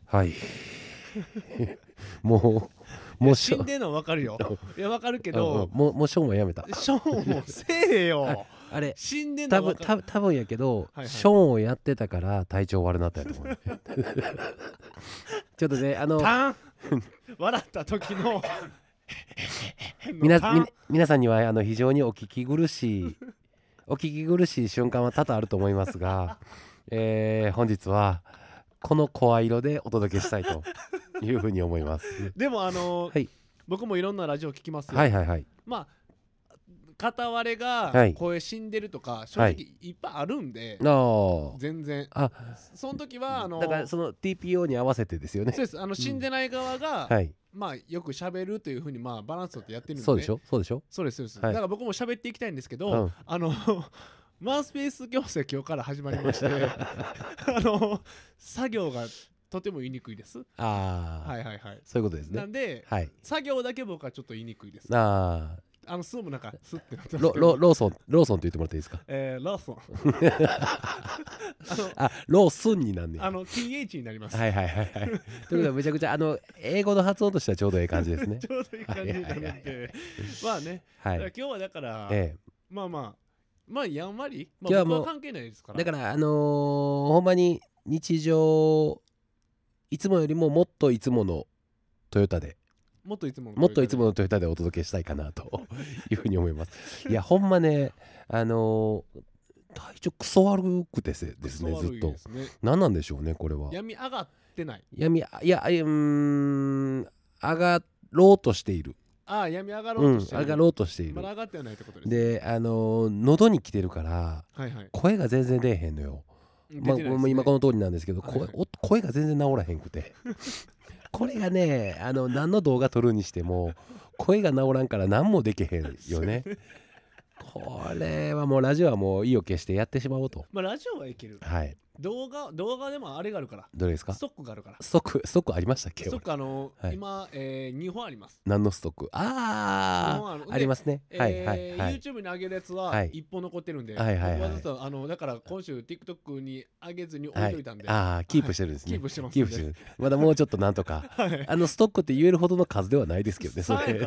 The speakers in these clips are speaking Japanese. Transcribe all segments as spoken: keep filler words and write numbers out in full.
はいもうもう死んでんの分かるよいや分かるけど、 うんうん、もうもうショーンはやめた。 ショーンもせえよあれ死んでん多分の分かる多分やけど、 はいはい、 ショーンをやってたから体調悪なったやと思う、ね、ちょっとねあのタン笑った時のみなみ皆さんにはあの非常にお聞き苦しいお聞き苦しい瞬間は多々あると思いますが、えー、本日はこの声色でお届けしたいというふうに思いますでもあのーはい、 僕もいろんなラジオ聞きますよ。 はいはいはい。 まあ片割れがはい声死んでるとか正直いっぱいあるんで、 あ全然あその時はあのーだからその ティーピーオー に合わせてですよね。 そうですあの死んでない側が、 はいまあよく喋るというふうにまあバランスとってやってるんで、ね、 そうでしょそうでしょそうですそうです、 はい、 だから僕も喋っていきたいんですけど、 うん、 あのマウスピース矯正今日から始まりましてあの作業がとても言いにくいです。 ああ、 はいはいはい、 そういうことですね。 なんで、 はい、 作業だけ僕はちょっと言いにくいです。 あああのスームなんかスッてなってますロけどロローソンローソンって言ってもらっていいですか。 えー、ローソンあのあロースンになんねん。 あの ティーエイチ になります。 はいはいはいはいということでめちゃくちゃあの英語の発音としてはちょうどいい感じですね。 ちょうどいい感じになるんでまあね、 はい、 今日はだから、 ええ、 まあまあまあやんわり、まあ、 今日はもう僕は関係ないですから。 だからあのー、ほんまに日常いつもよりももっといつものトヨタでもっといつものもっといつものトヨタでお届けしたいかなというふうに思います。いやほんまねあのー、体調クソ悪くてせですね、ずっと。何なんでしょうねこれは。 闇上がってない。 闇いやうーん上がろうとしている。 ああ闇上がろうとしている、 うん、上がろうとしている。 まだ上がってはないってことです。 であのー、喉に来てるから、 はいはい、 声が全然出えへんのよ。まあ、今この通りなんですけど、はいはい、声, 声が全然治らへんくてこれがねあの何の動画撮るにしても声が治らんから何もできへんよねこれはもうラジオはもう意を決してやってしまおうと。 まあラジオはいける。 はい動画動画でもあれがあるから。 どれですか。 ストックがあるから。 ストックストックありましたっけ。 ストックあの、 はい、 今、えー、にほんあります。 何のストック。ああありますね、 えー、 はいはいはい。 YouTube に上げるやつはいっぽん残ってるんで、 はいはいはい、 僕はずっとあのだから今週 TikTok に上げずに置いといたんで、 はい、ああキープしてるんですね、 はい、キープしてます。 キープしてる。まだもうちょっとなんとか、はい、あのストックって言えるほどの数ではないですけどねそれ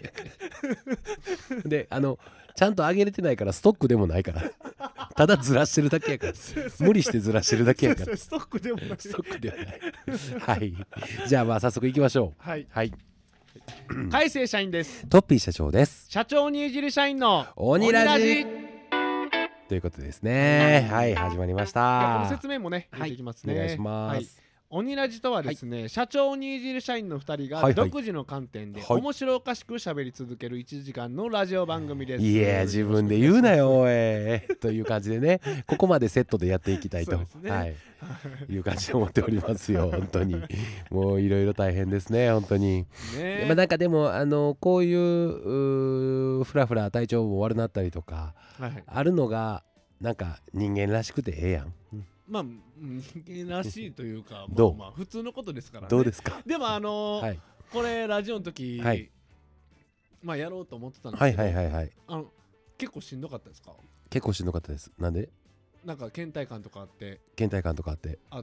であのちゃんと上げれてないからストックでもないからただずらしてるだけやから無理してずらしてるだけやからストックでもないストックではないはいじゃあまあ早速行きましょう。 はい、 はい、 海星社員です。 トッピー社長です。 社長にいじり社員の鬼ラジということですね。はい始まりました。 この説明もね、はい、いきますね。 お願いします。はい、 鬼ラジとはですね、はい、社長にいじる社員のふたりが独自の観点で面白おかしく喋り続けるいちじかんのラジオ番組です。 いや自分で言うなよおいという感じでねここまでセットでやっていきたいと、ね、はい、いう感じで思っておりますよ本当にもういろいろ大変ですね本当に、ね。まあ、なんかでもあのこういうふらふら体調も悪なったりとか、はい、あるのがなんか人間らしくてええやん、うん、 まあ人間らしいというかどう、 まあ、まあ普通のことですからね。 どうですか。 でもあのーはい、これラジオの時、はい、まあやろうと思ってたんですけど、はいはいはいはい、あの結構しんどかったですか。 結構しんどかったです。なんで。 なんか倦怠感とかあって倦怠感とかあってあって、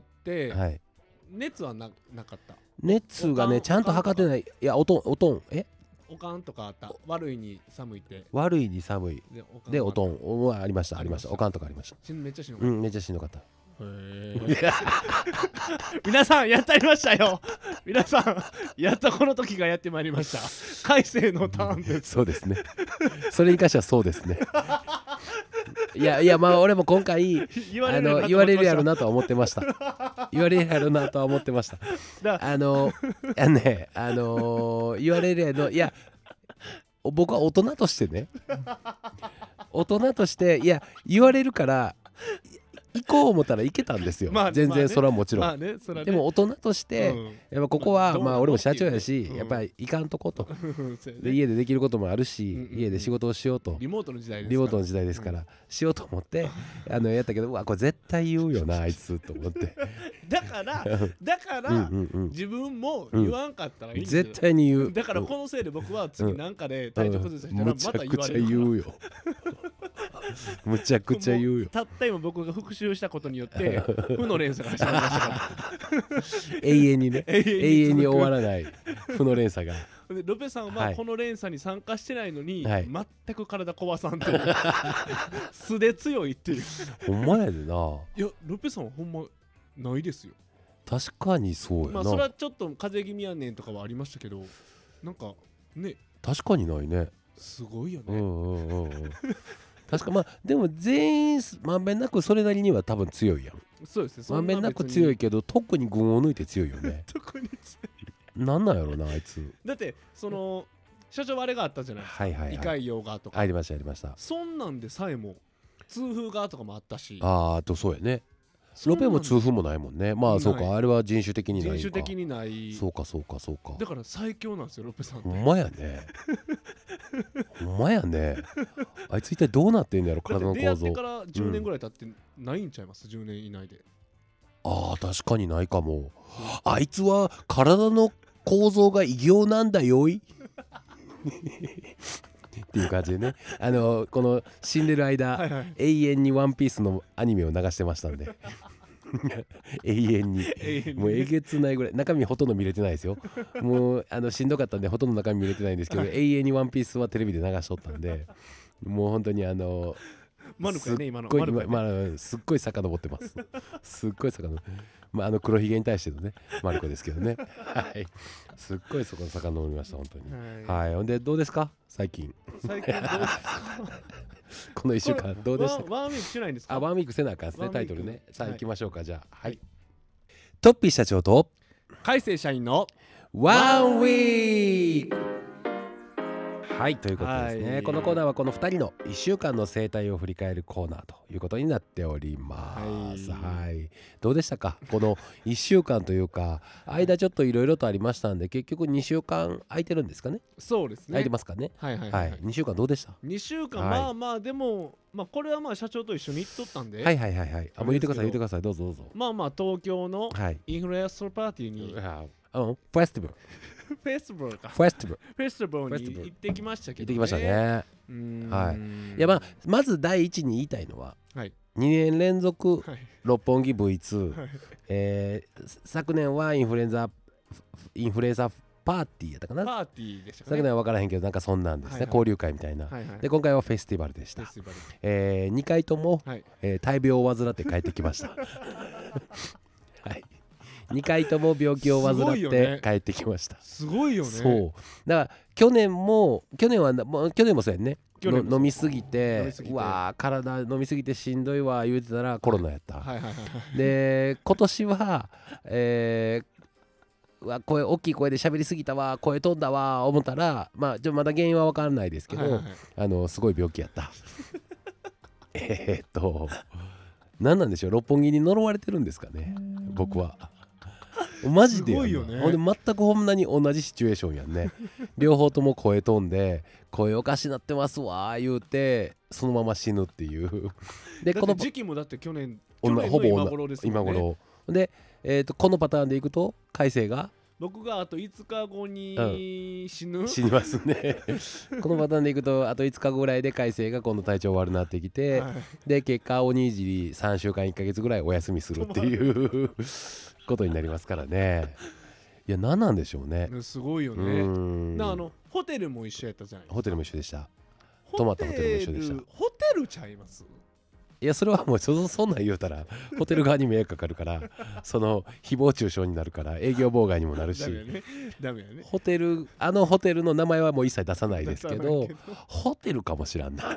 はい、熱は な, なかった。 熱がねちゃんと測ってない。いやおとんおとんえおかんとかあった。悪いに寒いって悪いに寒いで お, でおとんはありましたありました。おかんとかありました。 めっちゃしんどかった。 うんめっちゃしんどかった。へ皆さんやってありましたよ皆さんやっとこの時がやってまいりました海星のターンですそうですねそれに関してはそうですねいやいやまあ俺も今回言われるあの言われるやろなとは思ってました言われるやろなとは思ってましたあのあのねあのー、言われるやろいや僕は大人としてね大人としていや言われるから行こう思ったら行けたんですよ、まあね、全然それはもちろん、まあねまあね、でも大人として、うん、やっぱここは、まあ、まあ俺も社長やし、うん、やっぱり行かんとことで家でできることもあるし、うんうん、家で仕事をしようとリモートの時代ですからリモートの時代ですから、うん、しようと思ってあのやったけどうわこれ絶対言うよなあいつと思ってだからだからうんうん、うん、自分も言わんかったらいいんですよ、 うん、絶対に言うだからこのせいで僕は次なんかで体調崩したらまた言われるむちゃくちゃ言うよむちゃくちゃ言うよ。 たった今僕が復習したことによって負の連鎖が始まりましたから永遠にね永遠に永遠に終わらない負の連鎖が。 でロペさんはこの連鎖に参加してないのに、 はい、 全く体壊さんという素で強いっていう。 ほんまやでな。 いやロペさんはほんまないですよ。 確かにそうやな。 まあそれはちょっと風邪気味やねんとかはありましたけど、なんかね確かにないね。 すごいよね。 うんうんうんうん確かまあでも全員まんべんなくそれなりには多分強いやん。 そうですね。 まんべんなく強いけど特に群を抜いて強いよね。 特に強い。 なんなんやろなあいつ。 だってその社長あれがあったじゃないですか。 はいはいはい。 胃潰瘍がとか。 ありましたありました。 そんなんでさえも痛風がとかもあったし。 ああとそうやね。ロペも痛風もないもんね。まあそうかあれは人種的にないか。 人種的にない。 そうかそうかそうか。 だから最強なんですよロペさんって。 ほんまやね。ほんまやね。あいつ一体どうなってんのやろ体の構造。 出会ってからじゅうねんぐらい経ってないんちゃいます、うん、じゅうねん以内で。 ああ確かにないかも。あいつは体の構造が異形なんだよいっていう感じでね、あのこの死んでる間、はいはい、永遠にワンピースのアニメを流してましたんで永遠にもうえげつないぐらい中身ほとんど見れてないですよ。もうあのしんどかったんでほとんど中身見れてないんですけど、はい、永遠にワンピースはテレビで流しとったんでもう本当にあのマルコやね今のすっごい今、まあ、すっごい遡ってますすっごい遡ってまあ、あの黒ひげに対してのねマルコですけどねはいすっごいそこ遡りました本当に。はい、はい、ほんでどうですか最近最近どうですかこのいっしゅうかんどうでしたか。 ワンウィークしないんですか。 あワンウィークせなあかんですねタイトルね。さあ行きましょうか、はい、じゃあはい、トッピー社長と海星社員のワンウィーク。はいということですね、はい、このコーナーはこのふたりのいっしゅうかんの生態を振り返るコーナーということになっております。はい、はい、どうでしたかこのいっしゅうかんというか間ちょっといろいろとありましたんで結局にしゅうかん空いてるんですかね。 そうですね空いてますかね。 はいはいはい、はい、 にしゅうかんどうでした。 にしゅうかん、はい、まあまあでもまあこれはまあ社長と一緒に行っとったんではいはいはいはいあもう言ってください言ってくださいどうぞどうぞ。 まあまあ東京のインフルエンサーパーティーに、 はい、あのフェスティバルフェスティバルかフェスティバルフェスティバルに行ってきましたけどね。 行ってきましたね。うーん、はい、いやまあまず第一に言いたいのは、はい、にねん連続六本木 ブイツー、はいえー、昨年はインフルエンザインフルエンザパーティーやったかな。 パーティーでしたかね。 昨年は分からへんけどなんかそんなんですね、はいはい、交流会みたいな、はいはい、で今回はフェスティバルでした。えー、にかいとも、はいえー、大病を患って帰ってきましたはいにかいとも病気を患って帰ってきました。 すごいよね。 そうだから去年も去年はもう去年もそうやんね。飲みすぎてうわ体飲みすぎてしんどいわ言うてたらコロナやった、はいはいはいはい、で今年は、えー、うわ声大きい声で喋りすぎたわ声飛んだわ思ったらまあちょまだ原因は分からないですけど、はいはいはい、あのすごい病気やったえっと何なんでしょう六本木に呪われてるんですかね僕は。マジでやんな。すごいよね。ほんで全くほんなに同じシチュエーションやんね両方とも声飛んで声おかしなってますわ言うてそのまま死ぬっていうでこの時期もだって去年去年の今頃ですもんね。今頃で、えー、とこのパターンでいくと海星が僕があといつかごに死ぬ、 うん、死にますねこのパターンでいくとあといつかごぐらいで海星が今度体調悪くなってきて、はい、で結果おにじりさんしゅうかんいっかげつぐらいお休みするっていうことになりますからね。いや何なんでしょうね。 すごいよね。うんだあのホテルも一緒やったじゃないですか。 ホテルも一緒でした。泊まったホテルも一緒でした。 ホテルちゃいます。 いやそれはもう そ, そんなん言うたらホテル側に迷惑かかるからその誹謗中傷になるから営業妨害にもなるしダメやね。ダメやね。ホテルあのホテルの名前はもう一切出さないですけ ど, けどホテルかもしらんない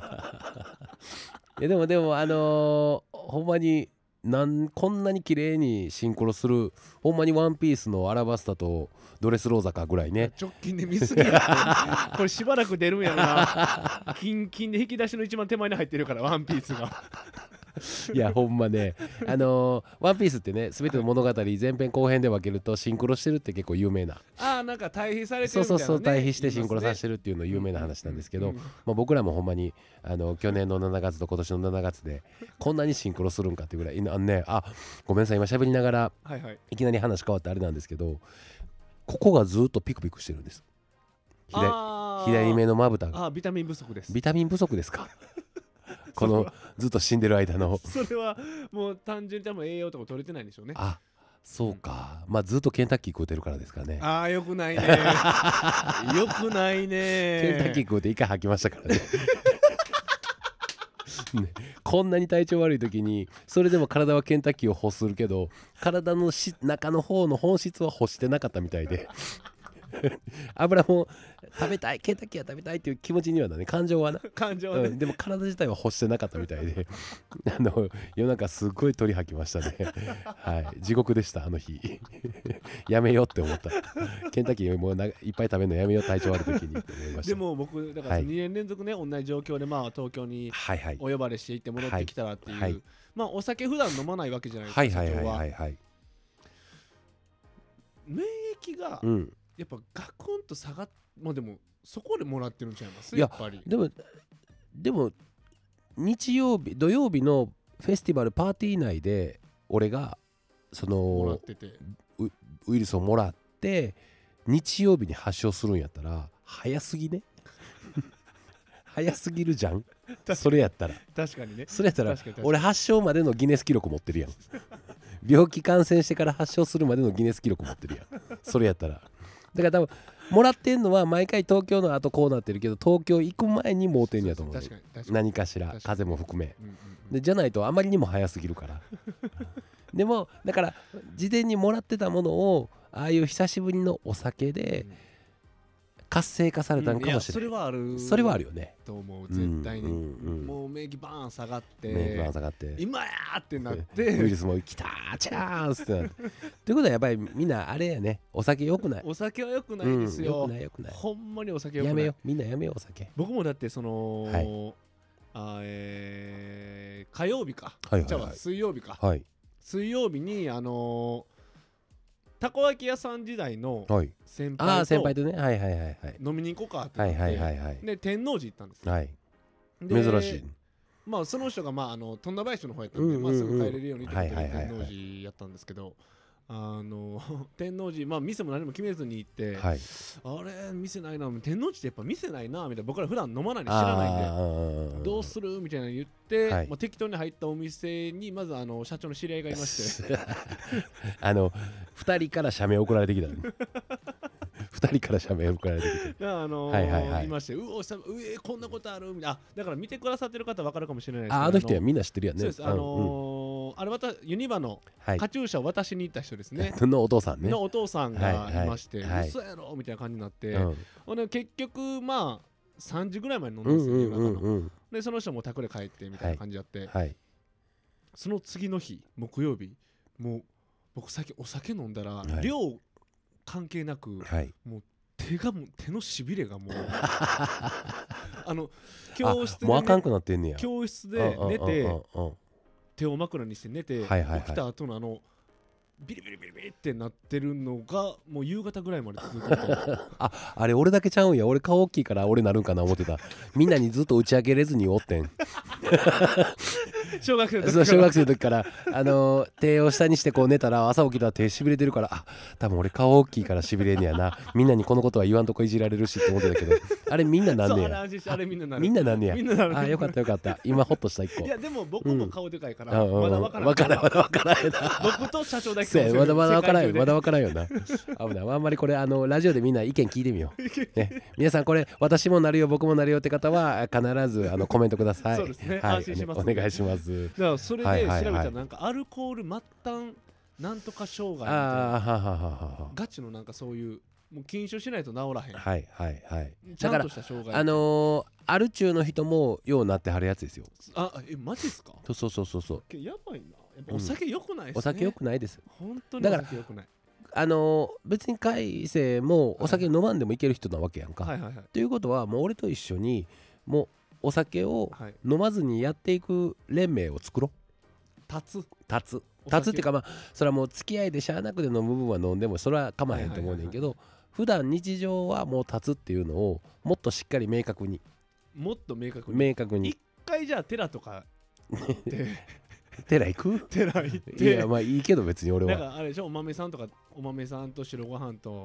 やでもでもあのー、ほんまになんこんなに綺麗にシンクロするほんまにワンピースのアラバスタとドレスローザかぐらいね。 直近で見すぎやこれしばらく出るんやろなキンキンで引き出しの一番手前に入ってるからワンピースがいやほんまねあのー、ワンピースってね全ての物語前編後編で分けるとシンクロしてるって結構有名なあーなんか対比されてるみたいな、ね、 そうそうそう対比してシンクロさせてるっていうの有名な話なんですけど、うんうんまあ、僕らもほんまにあの去年のしちがつと今年のしちがつでこんなにシンクロするんかっていうぐらいあ、ね、あごめんなさい今喋りながら、はいはい、いきなり話変わってあれなんですけどここがずっとピクピクしてるんです。 左, 左目のまぶたがあビタミン不足です。 ビタミン不足ですかこのずっと死んでる間のそれはもう単純に多分栄養とか取れてないんでしょうね。 あそうか、うん、まあずっとケンタッキー食うてるからですからね。 ああよくないねよくないね。 ケンタッキー食うて一回吐きましたからねね、こんなに体調悪い時にそれでも体はケンタッキーを欲するけど体のし中の方の本質は欲してなかったみたいで油も食べたいケンタッキーは食べたいっていう気持ちにはね感情はな感情はね、 うん、でも体自体は欲してなかったみたいであの夜中すっごい鳥吐きましたねはい地獄でしたあの日やめようって思ったケンタッキーもうないっぱい食べるのやめよう体調悪い時にって思いました。 でも僕だからにねん連続ね、はい、同じ状況でまあ東京にお呼ばれしていって戻ってきたらっていう、はいはい、まあお酒普段飲まないわけじゃないですか。 はいはいはいはいはい。 免疫が、うんやっぱガクンと下がっまあでもそこでもらってるんちゃいます。やっぱりでもでも日曜日土曜日のフェスティバルパーティー内で俺がそのもらっててウ, ウイルスをもらって日曜日に発症するんやったら早すぎね早すぎるじゃんそれやったら確かにね。 それやったら俺発症までのギネス記録持ってるやん病気感染してから発症するまでのギネス記録持ってるやんそれやったらだから多分もらってんのは毎回東京の後こうなってるけど東京行く前にもうてんやと思う。 確かに確かに何かしら風邪も含め、うんうんうん、でじゃないとあまりにも早すぎるからでもだから事前にもらってたものをああいう久しぶりのお酒で活性化されたのかもしれない、うん、いやそれはあるそれはあるよねと思う絶対に、うんうんうん、もう免疫バーン下がって免疫バーン下がって今やーってなってウイルスも来たーチャンスってなってということはやっぱりみんなあれやねお酒良くない。 お酒は良くないですよ、 うん、良くない良くないほんまにお酒良くない。 やめよみんなやめよお酒。 僕もだってその、はい、あえー、火曜日か、はいはいはい、じゃあ水曜日か、はい、水曜日にあのーたこ焼き屋さん時代の先輩と、 あ先輩とね、はいはいはいはい、 飲みに行こうかってなって、はいはいはいはい、で天王寺行ったんですよ、はい、 珍しい。 まあその人がまああの富田林の方やったんで、うんうんうん、まあすぐ帰れるようにってことで天王寺やったんですけど、あの天王寺まあ店も何も決めずに行って、はい、あれ店ないな天王寺ってやっぱ店ないなみたいな僕ら普段飲まないんで知らないんでどうするみたいなの言って、はい、まあ、適当に入ったお店にまずあの社長の知り合いがいましてあのふたりから社名送られてきたふたりから社名送られてきてあのーはいはいはい、いましてうおさうえこんなことあるみたいな。あだから見てくださってる方は分かるかもしれないですけど、 ああの人はみんな知ってるやんね。 そうです、あのーうん、あれまたユニバのカチューシャを渡しに行った人ですね、 はい、のお父さんねのお父さんがいまして、はいはい、嘘やろみたいな感じになって、うん、結局まあさんじぐらいまで飲んだんですよ、夜中の、うんうん、でその人も宅で帰ってみたいな感じやって、はいはい、その次の日木曜日もう僕最近お酒飲んだら、はい、量関係なく、はい、もう手がもう手のしびれがもうあの教室で、ね、 もうあかんくなってんねや。 教室で寝て手を枕にして寝て、はいはいはい、起きた後のあのビリビリビリビリってなってるのがもう夕方ぐらいまで続くああれ俺だけちゃうんや。俺顔大きいから俺なるんかな思ってた。みんなにずっと打ち明けれずにおってん小学生の時から小学生の時からあのー、手を下にしてこう寝たら朝起きたら手しびれてるから、あ多分俺顔大きいからしびれんねやな、みんなにこのことは言わんとこいじられるしって思ってたけど、あれみんななんねや。 あれみんななるみんななんねや。あよかったよかった、今ホッとした一個。 いやでも僕も顔でかいから、うん、まだ分からん分からんまだ分からんよな僕と社長だけまだまだ分からんよまだ分からんよな危ない。あんまりこれあのラジオでみんな意見聞いてみよう、ね、皆さんこれ私もなるよ僕もなるよって方は必ずあのコメントください。 そうですね、 はい、 安心します、 お願いします。 だからそれで調べたらなんかアルコール末端なんとか障害みたいな、あははははガチのなんかそういうもう禁酒しないと治らへん、 はいはいはい、 ちゃんとした障害、 あのー、アル中の人もようなってはるやつですよ。 あえマジっすか。 そうそうそうそう。 やばいな。やっぱお酒良くないですね、うん、 お酒良くないです。 本当にお酒良くない。 あのー、別に海星もお酒飲まんでもいける人なわけやんか、はいはいはいはい、ということはもう俺と一緒にもうお酒を飲まずにやっていく連盟を作ろう。 立つ立つ立つっていうか、まあそれはもう付き合いでしゃあなくで飲む分は飲んでもそれは構わへんと思うねんけど、はいはいはいはい、普段日常はもう立つっていうのをもっとしっかり明確にもっと明確に明確に一回じゃあ寺とか寺行く寺行って、 いやまあいいけど別に俺はなんかあれでしょ、お豆さんとかお豆さんと白ご飯と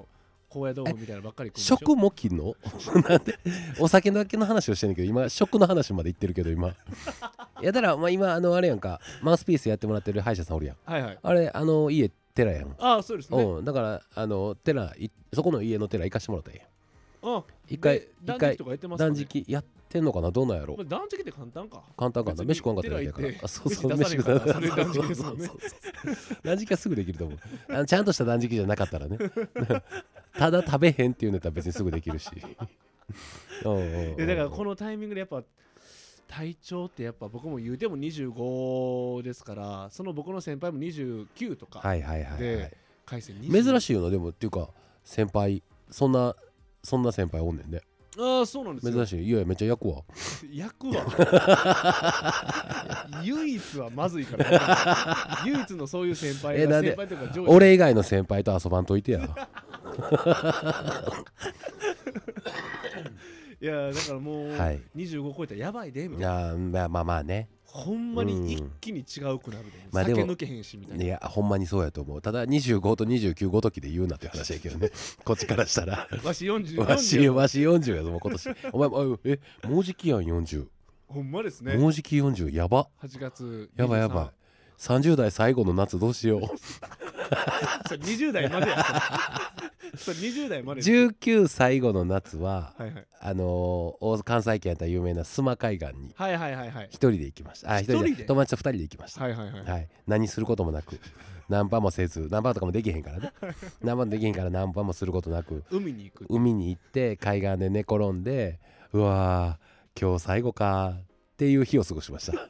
高野豆腐みたいなばっかり食うんでしょ。 食も切んのなんでお酒だけの話をしてんねんけど、今食の話まで言ってるけど今いやだからまあ今あのあれやんか、マウスピースやってもらってる歯医者さんおるやん、 はいはい、 あれあの家寺やん。 ああそうですね、 うん、だからあの寺いそこの家の寺行かしてもらったらええやん。 あ一回断食とかやってますかね。 断食やってんのかな、どうなんやろ。 断食って簡単か。 簡単かな、飯食わんかっただけやから。あ、そうそう、 飯出されへんからそれ断食そうですもんね。 そうそうそう断食はすぐできると思う。あのちゃんとした断食じゃなかったらねただ食べへんっていうんだったら別にすぐできるしおうおうおうおう。 だからこのタイミングでやっぱ体調ってやっぱ僕も言うてもにじゅうごですから、その僕の先輩もにじゅうきゅうとかはいはいはい、はい、 で回線珍しいよな。でもっていうか先輩そんなそんな先輩おんねんね。 ああそうなんですよ。 珍しい。いやいやめっちゃ焼くわ焼くわ唯一はまずいから唯一のそういう先輩が先輩とか上司、 俺以外の先輩と遊ばんといてやいやだからもう、はい、にじゅうご超えたらやばいでみたいな。 いやまあまあまあね、 ほんまに一気に違うくなるで、うん、酒抜けへんしみたいな。 いやほんまにそうやと思う。ただにじゅうごとにじゅうきゅうごときで言うなっていう話やけどねこっちからしたらわしよんじゅうわしわしよんじゅうやぞもう今年お前えもうじきやんよんじゅう。 ほんまですね。 もうじきよんじゅうやば。 はちがつやばいやばい。さんじゅう代最後の夏どうしようそれにじゅう代までやそれにじゅう代まで。 じゅうきゅう最後の夏は、 はいはい、 あのー、関西圏やったら有名な須磨海岸にはいはいはいはい一人で行きました。あ、一人で友達と二人で行きました。 はいはいはい、 はい、何することもなくナンパもせず、ナンパとかもできへんからねナンパもできへんからナンパもすることなく海に行く海に行って海岸で寝転んで、うわー今日最後かっていう日を過ごしました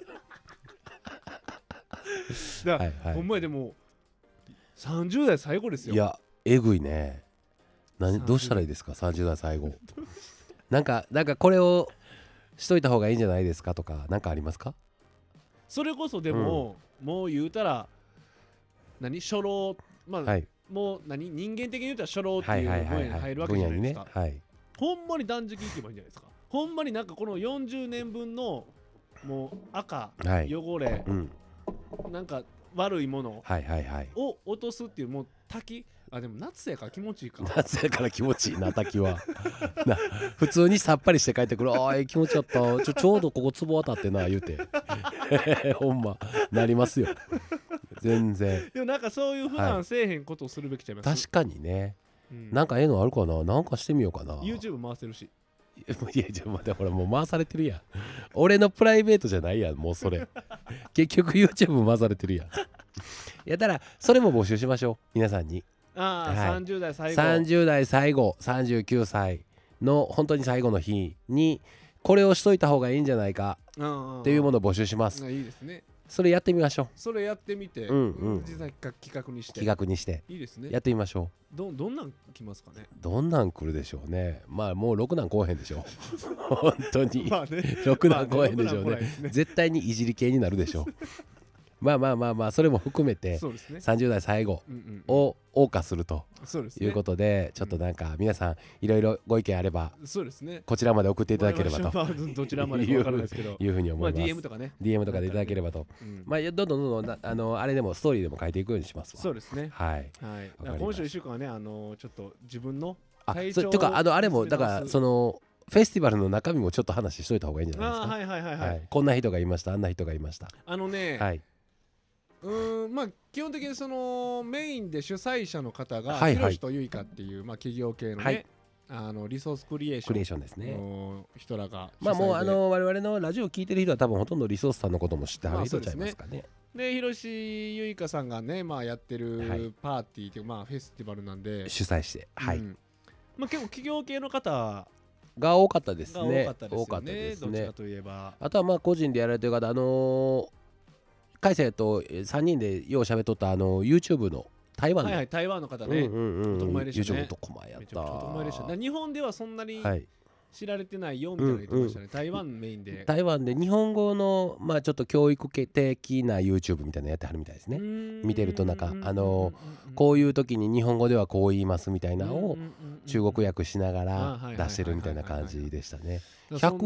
だはいはい、ほんまにでもさんじゅう代最後ですよ。 いやえぐいね。何どうしたらいいですかさんじゅう代最後なんかなんかこれをしといた方がいいんじゃないですかとかなんかありますか。 それこそでも、うん、もう言うたら何初老、まあ、はい、もう何人間的に言うたら初老っていう分野に入るわけじゃないですか。 はいはいはいはい、 ほんまに断食行けばいいんじゃないですか。ほんまになんかこのよんじゅうねんぶんのもう赤、はい、汚れ、うん、なんか悪いものを落とすっていう、もう滝、あでも夏やから気持ちいいか。 夏やから気持ちいいな滝はな普通にさっぱりして帰ってくる。ああ気持ちよったちょちょうどここツボ当たってな言うてほんまなりますよ全然。 でもなんかそういう普段せえへんことをするべきちゃいます、 はい、確かにね、うん、なんかええのあるかな。なんかしてみようかな。 YouTube 回せるし。 いやちょっと待って、ほらもう回されてるやん俺のプライベートじゃないやんもうそれ結局 YouTube 回されてるやん。いやだからそれも募集しましょう皆さんに。 ああ、はい、さんじゅう代最後さんじゅう代最後さんじゅうきゅうさいの本当に最後の日にこれをしといた方がいいんじゃないかっていうものを募集します。 いいですね。 それやってみましょう。 それやってみて、 うんうん、 実際企画にして企画にしていいですね。 やってみましょう。ど, どんなん来ますかね。 どんなん来るでしょうね。まあもうろくなん来おへんでしょう本当にまあねろくなん来おへんでしょうね。まあね絶対にいじり系になるでしょうまあまあまあまあそれも含めてさんじゅう代最後を謳歌するということで、ちょっとなんか皆さんいろいろご意見あればこちらまで送っていただければとどちらまでか分からないですけどいうふうに思います。 ディーエム とかねディーエム とかでいただければと、まあどんどんどんどんあのあれでもストーリーでも書いていくようにしますわ。 そうですね。 はい。 今週いっしゅうかんはね、あのちょっと自分の体調をとかあのあれもだからそのフェスティバルの中身もちょっと話しといた方がいいんじゃないですか。 はいはいはいはい。 こんな人がいました、あんな人がいました。 あのね、はい。うーんまあ基本的にそのメインで主催者の方がひろしとゆいかっていうまあ企業系のね、はい、あのリソースクリエーションクリエーションですねの人らがまあもうあの我々のラジオを聞いてる人は多分ほとんどリソースさんのことも知ってはる人ちゃいますかね。 でひろしゆいかさんがねまあやってるパーティーっていうまあフェスティバルなんで主催してはい、うん、 まあ結構企業系の方が多かったですね。 多かったですよね。どっちかといえばあとはまあ個人でやられてる方あのー海星とさんにんでよう喋っとったあの YouTube の台湾の、 はいはい、台湾の方ね、 男前でしたね。男前やった。 男前でした。日本ではそんなに知られてないよみたいな言ってましたね。台湾メインで。 台湾で日本語のまあちょっと教育的な YouTube みたいなのやってはるみたいですね。見てるとなんかあのこういう時に日本語ではこう言いますみたいなのを中国訳しながら出してるみたいな感じでしたね。ひゃく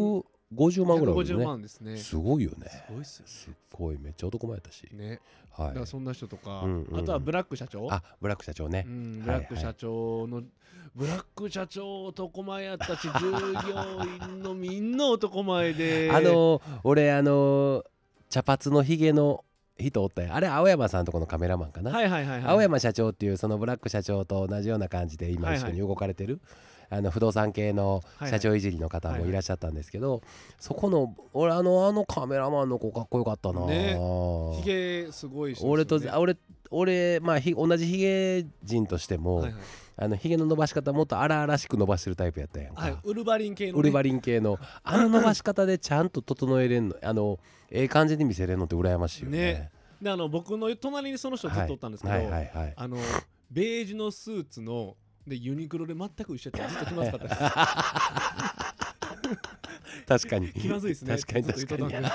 ごじゅうまんぐらいあるね。 ごじゅうまんですね。 すごいよね。 すごいっすよね。 すごいめっちゃ男前やったしね。 はい、 だからそんな人とか、 うんうん、 あとはブラック社長。 あブラック社長ね、 うん、ブラック社長の、はいはい、ブラック社長男前やったし従業員のみんな男前であのー、俺あのー、茶髪のひげの人おったやん。あれ青山さんとこのカメラマンかな、 はいはいはいはい、 青山社長っていうそのブラック社長と同じような感じで今一緒に動かれてる、はいはい、あの不動産系の社長いじりの方もいらっしゃったんですけど、はいはい、そこの俺あのあのカメラマンの子かっこよかったな、 ね、ひげすごいし、ね、 俺と俺俺まあひ同じひげ人としても、はいはい、あのひげの伸ばし方もっと荒々しく伸ばしてるタイプやったやんか、はい、 ウルヴァリン系の、ね、 ウルヴァリン系のあの伸ばし方でちゃんと整えれんのあのええ感じに見せれるのって羨ましいよね。 ねであの僕の隣にその人ずっとおったんですけど、はいはいはいはい、あのベージュのスーツのでユニクロで全く一緒やってずっと気まずかったです確かに気まずいですね。 確かに確かにい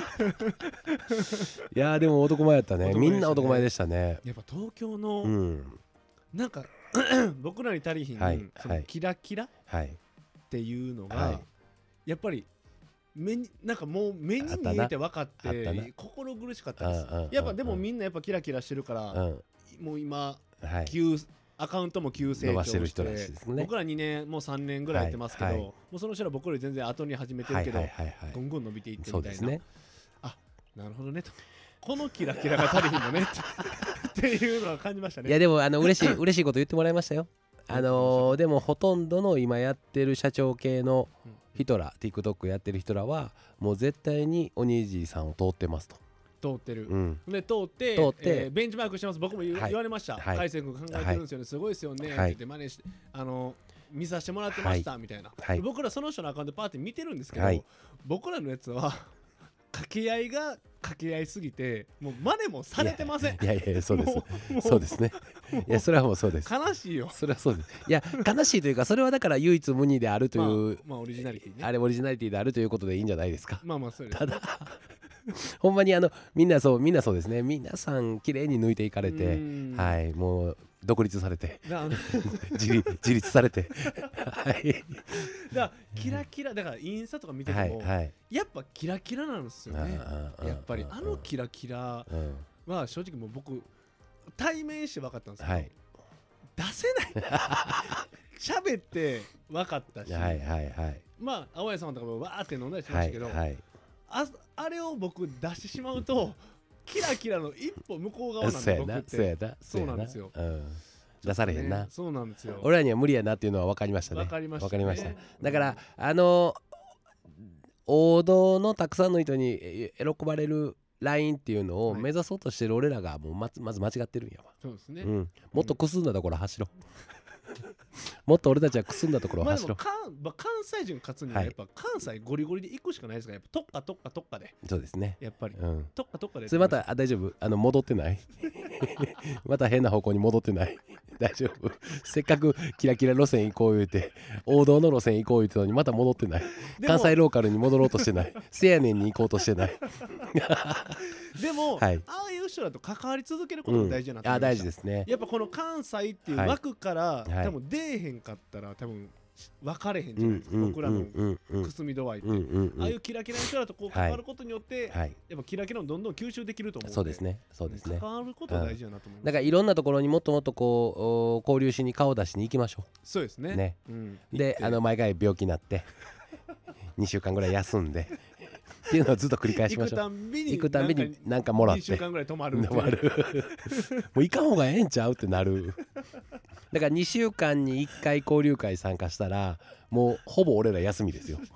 やでも男前やったね。みんな男前でしたね。 やっぱ東京の、うん、なんか僕らに足りひん、はい、そのキラキラっていうのが、はい、やっぱり目になんかもう目に見えて分かって心苦しかったです。やっぱでもみんなやっぱキラキラしてるから、うん、もう今、はい、急アカウントも急成長して、してね、僕らにねんもうさんねんぐらいやってますけど、はいはい、もうその人ら僕より全然後に始めてるけど、はいはいはいはい、どんどん伸びていってみたいな、ね、あなるほどねとこのキラキラが足りひんのねっていうのは感じましたね。 いやでもあの嬉しい嬉しいこと言ってもらいましたよ。あのー、でもほとんどの今やってる社長系の人ら、うん、TikTok やってる人らはもう絶対におにじいさんを通ってますと。 通ってる、 うん、 で通って、 通ってえー、ベンチマークしてます。僕も言、はい、言われました。海星君考えてるんですよね、はい、すごいですよね、はい、って真似してあの見させてもらってました、はい、みたいな、はい、僕らその人のアカウントパーティー見てるんですけど、はい、僕らのやつは掛け合いが掛け合いすぎてもう真似もされてません。 いやいやいやそうですそうですね。いやそれはもうそうです。 悲しいよ。 それはそうです。いや悲しいというかそれはだから唯一無二であるという、 まあ、まあオリジナリティね。 あれオリジナリティであるということでいいんじゃないですか。 まあまあそうです、 ね、ただほんまにあのみんなそうみんなそうですね。皆さん綺麗に抜いていかれて、はいもう独立されて自, 自立されてはいだからキラキラだからインスタとか見てても、はいはい、やっぱキラキラなんですよね。やっぱりあのキラキラは正直もう僕対面して分かったんですけど、はい、出せない喋って分かったし、はいはいはい、まあ青谷さんとかもわーって飲んだりしましたけど、はいはい、あ, あれを僕出してしまうとキラキラの一歩向こう側なんで僕ってそうやなそうなんですよ、 うん、出されへんな、 ね、そうなんですよ。 俺らには無理やなっていうのは分かりましたね。 分かりましたね。 分かりました。だから、うん、あの王道のたくさんの人に喜ばれるラインっていうのを目指そうとしてる俺らがもう ま, まず間違ってるんやわ。 そうですね、 うん、もっとくすんだところ走ろう、もっと俺たちはくすんだところを走ろう。 まあ、まあ、関西人勝つにはやっぱ関西ゴリゴリで行くしかないですから、やっぱ特化特化特化で。 そうですねやっぱり、 うん、 特化特化で。 それまたあ大丈夫あの戻ってないまた変な方向に戻ってない大丈夫せっかくキラキラ路線行こう言うて王道の路線行こう言うてのにまた戻ってない。関西ローカルに戻ろうとしてないせやねんに行こうとしてないでも、はい、ああいう人だと関わり続けることが大事だなと思いました、うん、あ大事ですね。 やっぱこの関西っていう枠から、はい、多分出えへんかったら多分分かれへんじゃないですか、うん、僕らのくすみ度合いって、うんうんうん、ああいうキラキラの人だとこう関わることによって、はい、やっぱキラキラをどんどん吸収できると思うので、 そうですねそうですね、 関わることが大事だなと思います、うん、 だからいろんなところにもっともっとこう交流しに顔出しに行きましょう。 そうですね、 ね、うん、であの毎回病気になってにしゅうかんぐらい休んでっていうのをずっと繰り返しましょう。行くたんびに行くたんびになんかもらってにしゅうかんぐらい泊まる泊まるもう行かん方がええんちゃうってなるだからにしゅうかんにいっかい交流会参加したらもうほぼ俺ら休みですよ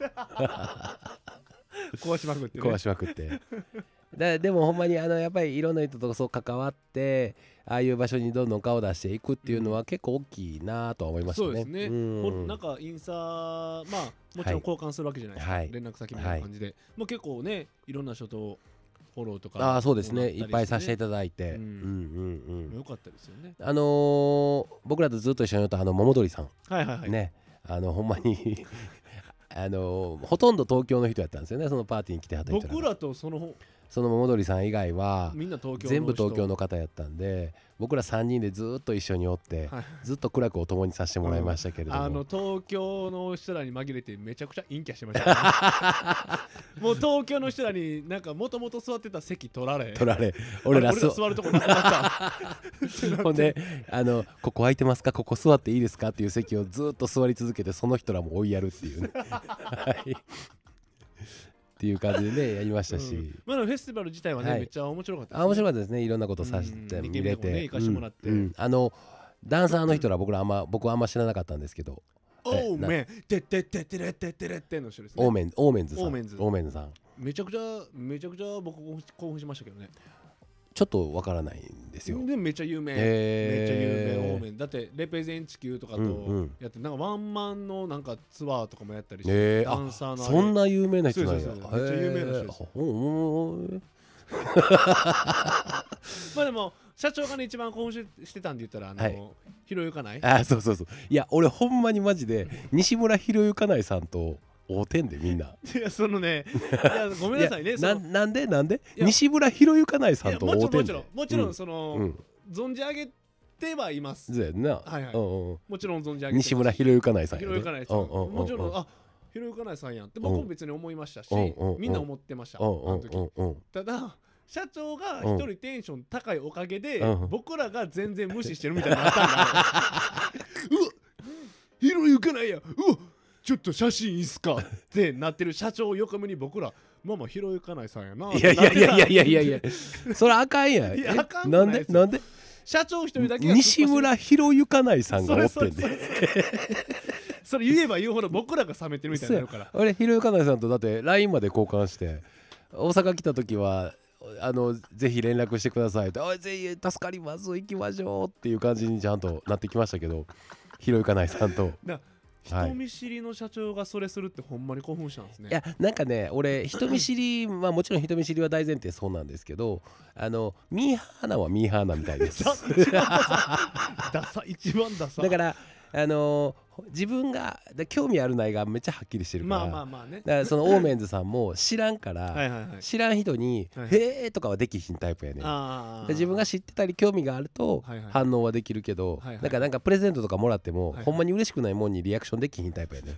壊しまくって、ね、 壊しまくってだでもほんまにあのやっぱりいろんな人とそう関わってああいう場所にどんどん顔出していくっていうのは結構大きいなとは思いましたね。 そうですね、うん、なんかインスタまあもちろん交換するわけじゃないですか、はい、連絡先みたいな感じで、はい、まあ、結構ねいろんな人とフォローとかああそうですねいっぱいさせていただいて、うん、うんうんうんよかったですよね。 あのー、僕らとずっと一緒にいたあの桃鳥さん、 はいはいはい、 ねあのほんまにあのー、ほとんど東京の人やったんですよねそのパーティーに来てはった人ら。 僕らとそのその桃鳥さん以外はみんな東京の全部東京の方やったんで、僕らさんにんでずっと一緒におって、はい、ずっと苦楽を共にさせてもらいましたけれども、 うん、あの東京の人らに紛れてめちゃくちゃ陰キャしてました、ね、もう東京の人らになんかもともと座ってた席取られ取られ俺ら座るとこなくなったほんであのここ空いてますか、ここ座っていいですかっていう席をずっと座り続けて、その人らも追いやるっていうねはいっていう感じでねやりましたし、うん、 まあ、フェスティバル自体はね、はい、めっちゃ面白かったですね。 あ、面白かったですね。いろんなことさせて見れて、 ね、行かしてもらって、うんうん、 あのダンサーの人ら僕らあんま僕はあんま知らなかったんですけど、 オーメンてってってってれってってれっての人ですね。 オーメンオーメンズさん、 オーメンズオーメンズさんめちゃくちゃめちゃくちゃ僕興奮しましたけどね。 ちょっとわからないんですよ。 でめっちゃ有名、めっちゃ有名オーメンだってレペゼン地球とかとやって、うんうん、なんかワンマンのなんかツアーとかもやったりして、 えー、ダンサーのそんな有名な人なんや。 めっちゃ有名な人です。まあでも社長がね一番興奮してたんで言ったらあの、はい、ひろゆかない。 あ、そうそうそう。いや俺ほんまにマジで西村ひろゆかないさんと会うてんでみんな。 いやそのね、いやごめんなさいね。 な, なんでなんで西村ひろゆかないさんと会うてんで。 もちろんもちろん、うん、その、うん、存じ上げてはいます。 そうやんな。 はいはい。うんうん、もちろん存じ上げてます。 西村ひろゆかないさんやね。ひろゆかないさん。もちろんあひろゆかないさんやんって僕も別に思いましたし、みんな思ってました。あの時。ただ。社長が一人テンション高いおかげで、うん、僕らが全然無視してるみたいになったんだ。うわひろゆかないや、うわちょっと写真いいっすかってなってる社長を横目に僕らまあまあひろゆかないさんやな。 いやいやいやいやいやいやいやそれあかんやん。 いやあかんなんでなんで社長一人だけ西村ひろゆかないさんがおってんで。 それ言えば言うほど僕らが冷めてるみたいになるから。 俺ひろゆかないさんとだって ライン まで交換して大阪来た時はあのぜひ連絡してくださいって、おいぜひ助かります行きましょうっていう感じにちゃんとなってきましたけど、ひろゆかないさんと人見知りの社長がそれするってほんまに興奮したんですね。 いやなんかね俺人見知りまあもちろん人見知りは大前提そうなんですけど、あのミーハーなはミーハーなみたいです。 ダサ一番ダサ。 だからあのー、自分が興味あるないがめっちゃはっきりしてるから、 まあまあまあね、 だからそのオーメンズさんも知らんからはいはい、はい、知らん人に、はい、へーとかはできひんタイプやねん。あ自分が知ってたり興味があると反応はできるけど、はいはい、なんかなんかプレゼントとかもらっても、はいはい、ほんまに嬉しくないもんにリアクションできひんタイプやねん。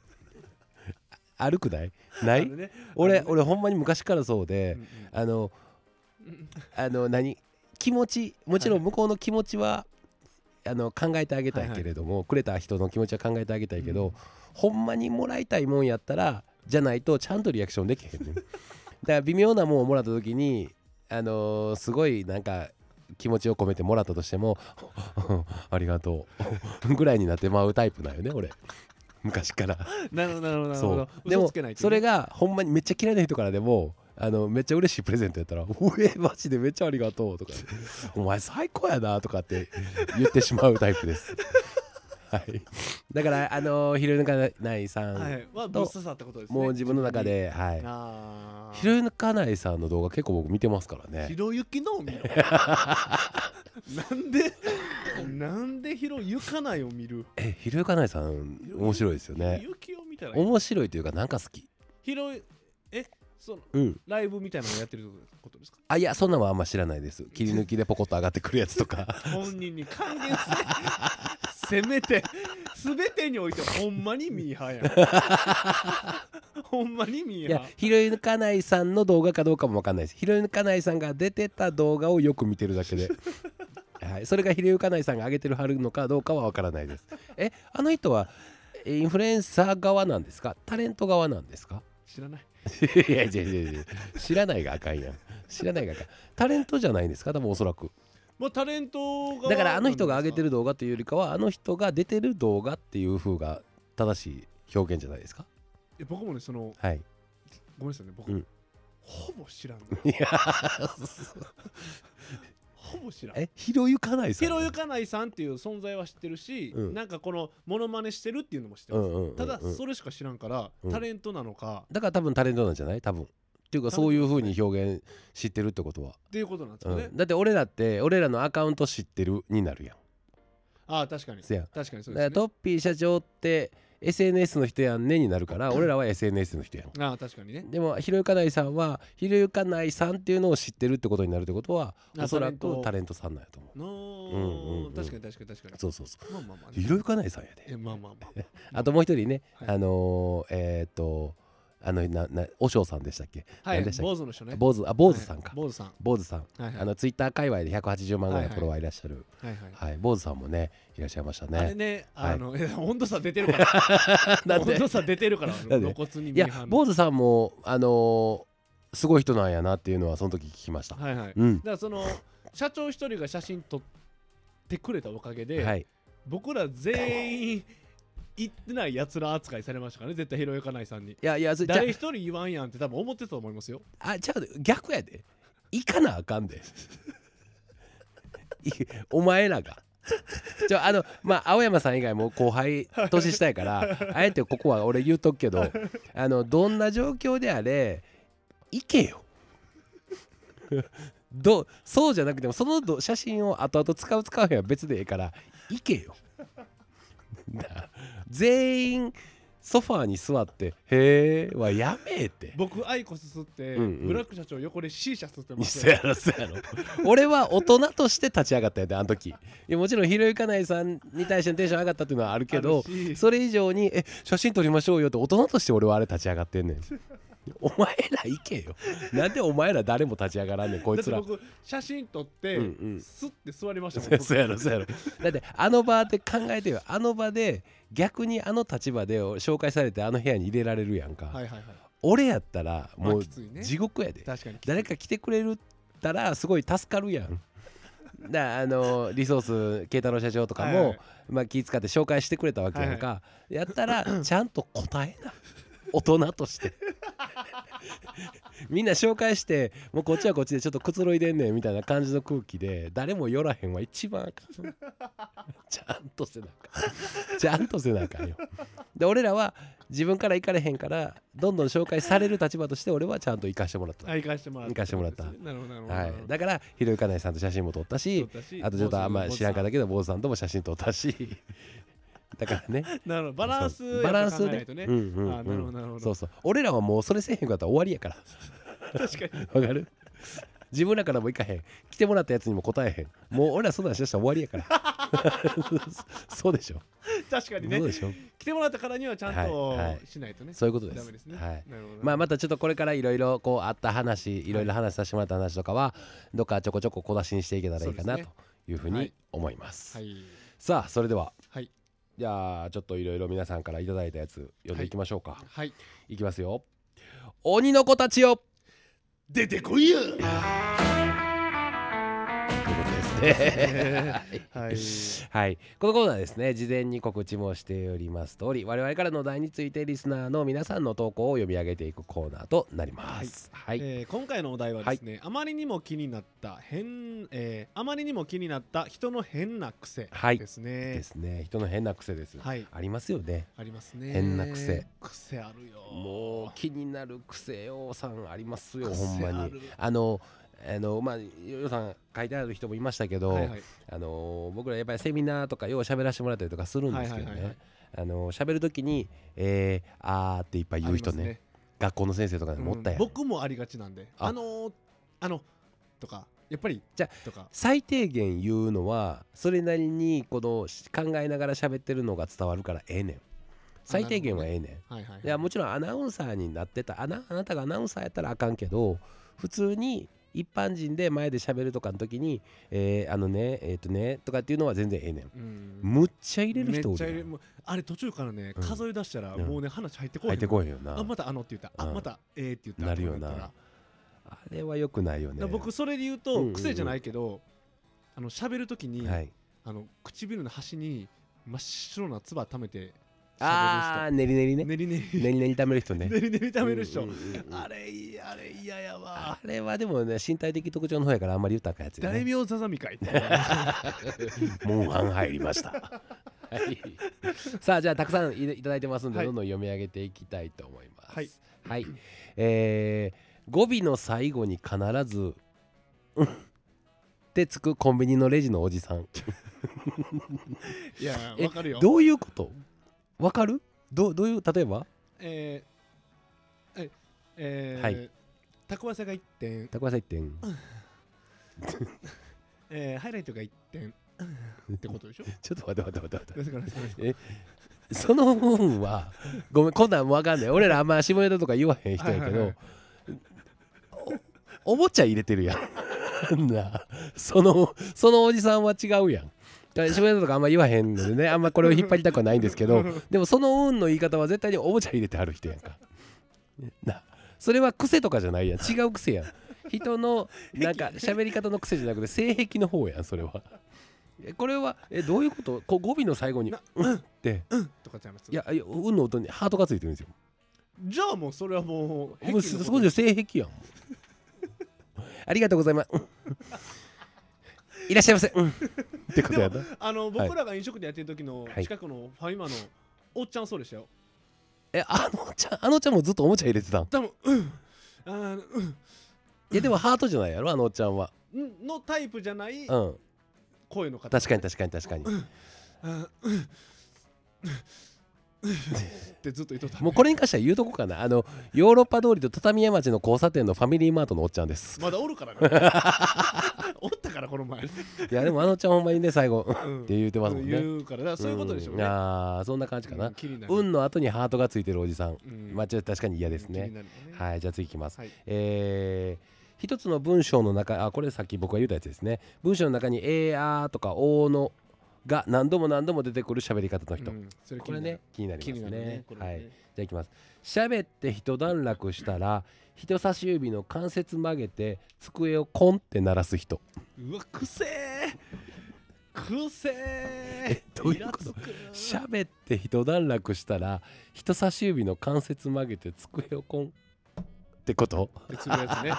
悪くないない、ね、俺、ね、俺ほんまに昔からそうで、うんうん、あのあの何気持ちもちろん向こうの気持ちは、はいあの考えてあげたいけれども、はいはい、くれた人の気持ちは考えてあげたいけど、うん、ほんまにもらいたいもんやったらじゃないとちゃんとリアクションできへんねん。だから微妙なもんをもらった時に、あのー、すごいなんか気持ちを込めてもらったとしてもありがとうぐらいになってまうタイプなんよね俺昔から。 なるほどなるほど。 そうでもそれがほんまにめっちゃ嫌いな人からでもあのめっちゃ嬉しいプレゼントやったら「うえマジでめっちゃありがとう」とか「お前最高やな」とかって言ってしまうタイプです。はい、だからあのひろゆかないさんと、はいまあ、ぶっ刺さったことですね。もう自分の中で、はい、あひろゆかないさんの動画結構僕見てますからね。 ひろゆきのを見ろなんでなんでひろゆかないを見る。 えひろゆかないさん面白いですよね。 ひろゆきを見たらいい面白いというかなんか好き。 ひろえその、うん、ライブみたいなのやってることですか。 あいやそんなのはあんま知らないです。切り抜きでポコッと上がってくるやつとか本人に還元せせめて全てにおいてほんまにミーハーやんほんまにミーハー。いやひろゆかないさんの動画かどうかも分かんないです。ひろゆかないさんが出てた動画をよく見てるだけではい、それがひろゆかないさんが上げてるはるのかどうかは分からないです。えあの人はインフルエンサー側なんですかタレント側なんですか。 知らないいやいやいやいや知らないがあかんやん。知らないがあかん。タレントじゃないんですか多分おそらく。 まあタレントがだからあの人が上げてる動画というよりかはあの人が出てる動画っていう風が正しい表現じゃないですか。 いや僕もねその、 はい、 ごめんなさいね僕、うん、ほぼ知らん。いやほぼ知らん。 えひろゆかないさんひろゆかないさんっていう存在は知ってるし、うん、なんかこのモノマネしてるっていうのも知ってます、うんうんうんうん、ただそれしか知らんから、うん、タレントなのかだから多分タレントなんじゃない多分っていうかそういう風に表現知ってるってことはっていうことなんですかね、 うん、だって俺らって俺らのアカウント知ってるになるやん。 ああ確かにせや確かにそうですね。 だからトッピー社長ってエスエヌエス の人やんねになるから俺らは エスエヌエス の人やん。 ああ確かにね。 でもひろゆかないさんはひろゆかないさんっていうのを知ってるってことになるってことはおそらくタレントさんなんやと思う。 の、うんうん、確かに確かに確かに。 そうそうそう。 まあまあまあ、ね、 ひろゆかないさんやで。 えまあまあまあ。 あともう一人ね、はい、あのー、えー、っとあのななおしょうさんでしたっけ。 はい。坊主の人ね。 坊主あ坊主さんか。 坊主さん。 坊主さん。はいはい、あのツイッター界隈でひゃくはちじゅうまんぐらいフォロワーいらっしゃる。 はいはい。 はい。坊主さんもねいらっしゃいましたね。 あれねあの、はい、温度差出てるから。温度差出てるから。露骨に見えはん。 いや坊主さんもあのー、すごい人なんやなっていうのはその時聞きました。 はいはい。うん、だからその社長一人が写真撮ってくれたおかげで、はい、僕ら全員行ってないやつら扱いされましたからね。絶対ひろゆかないさんに。いやいや誰一人言わんやんって多分思ってたと思いますよ。 あじゃあ逆やで行かなあかんでお前らがじゃああのまあ青山さん以外も後輩年下やからあえてここは俺言うとくけどあのどんな状況であれ行けよどそうじゃなくてもその写真を後々使う使うのは別でええから行けよ全員ソファーに座ってへえはやめえって僕アイコス吸って、うんうん、ブラック社長横で シー 社吸ってますよ。そうやろそうやろ俺は大人として立ち上がったよねあの時。いやもちろんひろゆかないさんに対してのテンション上がったっていうのはあるけどそれ以上にえ写真撮りましょうよって大人として俺はあれ立ち上がってんねんお前ら行けよなんでお前ら誰も立ち上がらんねんこいつら。 だって僕写真撮って、うんうん、スッて座りましたもん。そうやろそうやろだってあの場で考えてよあの場で逆にあの立場で紹介されてあの部屋に入れられるやんか、はいはいはい、俺やったらもう地獄やで、まあね、誰か来てくれるったらすごい助かるやんだあのリソース慶太郎社長とかも、はいはいまあ、気遣って紹介してくれたわけやんか、はいはい、やったらちゃんと答えな大人としてみんな紹介してもうこっちはこっちでちょっとくつろいでんねんみたいな感じの空気で誰も寄らへんは一番あかんちゃんとせなあかんちゃんとせなあかんよ。で俺らは自分から行かれへんからどんどん紹介される立場として俺はちゃんと行かしてもらった行かしてもらった行かしてもらった、 なるほどなるほど、 はい、だからひろゆかないさんと写真も撮ったしあとちょっとあんま知らんかったけど坊主さんとも写真撮ったしだからねなるほどバランスバランスで、 ねうんうんうん、あなるほどなるほどそうそう俺らはもうそれせえへんかったら終わりやから確かにわかる自分らからも行かへん来てもらったやつにも答えへんもう俺らそんなんしだしたら終わりやからそうでしょ確かにねそうでしょ来てもらったからにはちゃんと、はいはい、しないとねそういうことです。 ダメですね、 はい、まあまたちょっとこれからいろいろこうあった話いろいろ話させてもらった話とかはどっかちょこちょこ小出しにしていけたらいいかなというふうに思います、はいはい、さあそれでは、はい、じゃあちょっといろいろ皆さんからいただいたやつ読んでいきましょうか。はい、いきますよ。鬼の子たちよ出てこいやはい、はい、このコーナーですね事前に告知もしております通り我々からの題についてリスナーの皆さんの投稿を読み上げていくコーナーとなります、はいはいえー、今回のお題はですね、はい、あまりにも気になった変、えー、あまりにも気になった人の変な癖ですね、はい、 ですね人の変な癖です、はい、ありますよねありますね変な癖癖あるよもう気になる癖よさんありますよほんまにあのあのまあヨさん書いてある人もいましたけど、はいはい、あの僕らやっぱりセミナーとかよう喋らせてもらったりとかするんですけどねあの喋るときに、えー、あーっていっぱい言う人 ね, ね学校の先生とかでもおったやん、 うん、僕もありがちなんであのー、あのとかやっぱりじゃあ最低限言うのはそれなりにこの考えながら喋ってるのが伝わるからええねん最低限はええねん、ねはいはいはい、いやもちろんアナウンサーになってたあ な, あなたがアナウンサーやったらあかんけど普通に一般人で前で喋るとかの時に、えー、あのねえっ、ー、とねとかっていうのは全然ええねん、うん、むっちゃ入れる人おるやん。めっちゃ入れもうあれ途中からね、うん、数え出したらもうね話入ってこいへん入ってこいよなあまたあのって言った、うん、あまたえーって言ったなるよなあれは良くないよね。 僕それで言うと、うんうんうん、癖じゃないけどあの喋る時に、はい、あの唇の端に真っ白な唾溜めてああ練り練りね練り練り練り練り溜める人ね練り練り溜める人、うんうんうん、あれあれ嫌やわあれはでもね身体的特徴の方やからあんまり言ったかやつ、ね、 大名ざざみかいモンハン入りましたはい、さあじゃあたくさんいただいてますんで、はい、どんどん読み上げていきたいと思いますはい、はいえー、語尾の最後に必ずうんってつくコンビニのレジのおじさんいやわかるよどういうことわかるどどういう例えばえー、ええー、 はい、 たこわさがいってん、 たこわさいってんえー、ハイライトがいってんってことでしょ。 ちょっと待って待って待って待ってえその運はごめん、こんなん分かんない。俺らあんま下ネタとか言わへん人やけど、はいはいはい、お, おもちゃ入れてるやんな。そのそのおじさんは違うやん。下ネタとかあんま言わへんのでね、あんまこれを引っ張りたくはないんですけど、でもその運の言い方は絶対におもちゃ入れてある人やんかな。それは癖とかじゃないやん、違う癖やん。人のなんか喋り方の癖じゃなくて性癖の方やん、それは。これはえどういうこと？こう語尾の最後に「うん」って「うん」 とかちゃいます。 いや「うん」の音にハートがついてるんですよ。 じゃあもうそれはもうもうすごい性癖やんありがとうございますいらっしゃいませってことやな。 あの僕らが飲食でやってる時の近くのファミマのおっちゃんそうでしたよ。 え、あのちゃんあのちゃんもずっとおもちゃ入れてたん？ 多分うんあのうんいやでもハートじゃないやろ、あのおっちゃんはのタイプじゃない、 うん、 声の方。 確かに確かに確かにってずっと言っとった。 もうこれに関しては言うとこかな。あのヨーロッパ通りと畳屋町の交差点のファミリーマートのおっちゃんです。 まだおるからねおったからこの前。いやでもあのちゃんほんまにね最後、うん、って言うてますもんね。 言うからだ、そういうことでしょうね。 うん、ああそんな感じかな。うん、運の後にハートがついてるおじさん、うん、まあちょっと確かに嫌ですね。ね、はい、じゃあ次いきます。はい、えー一つの文章の中、あこれさっき僕が言ったやつですね。文章の中に「えーあー」とか「おー」のが何度も何度も出てくる喋り方の人、うん、これね気になります ね, ね, ねはい。じゃあいきます。喋って一段落したら人差し指の関節曲げて机をコンって鳴らす人。 うわくせーくせーえどういうこと？喋って一段落したら人差し指の関節曲げて机をコンってこと別のやつね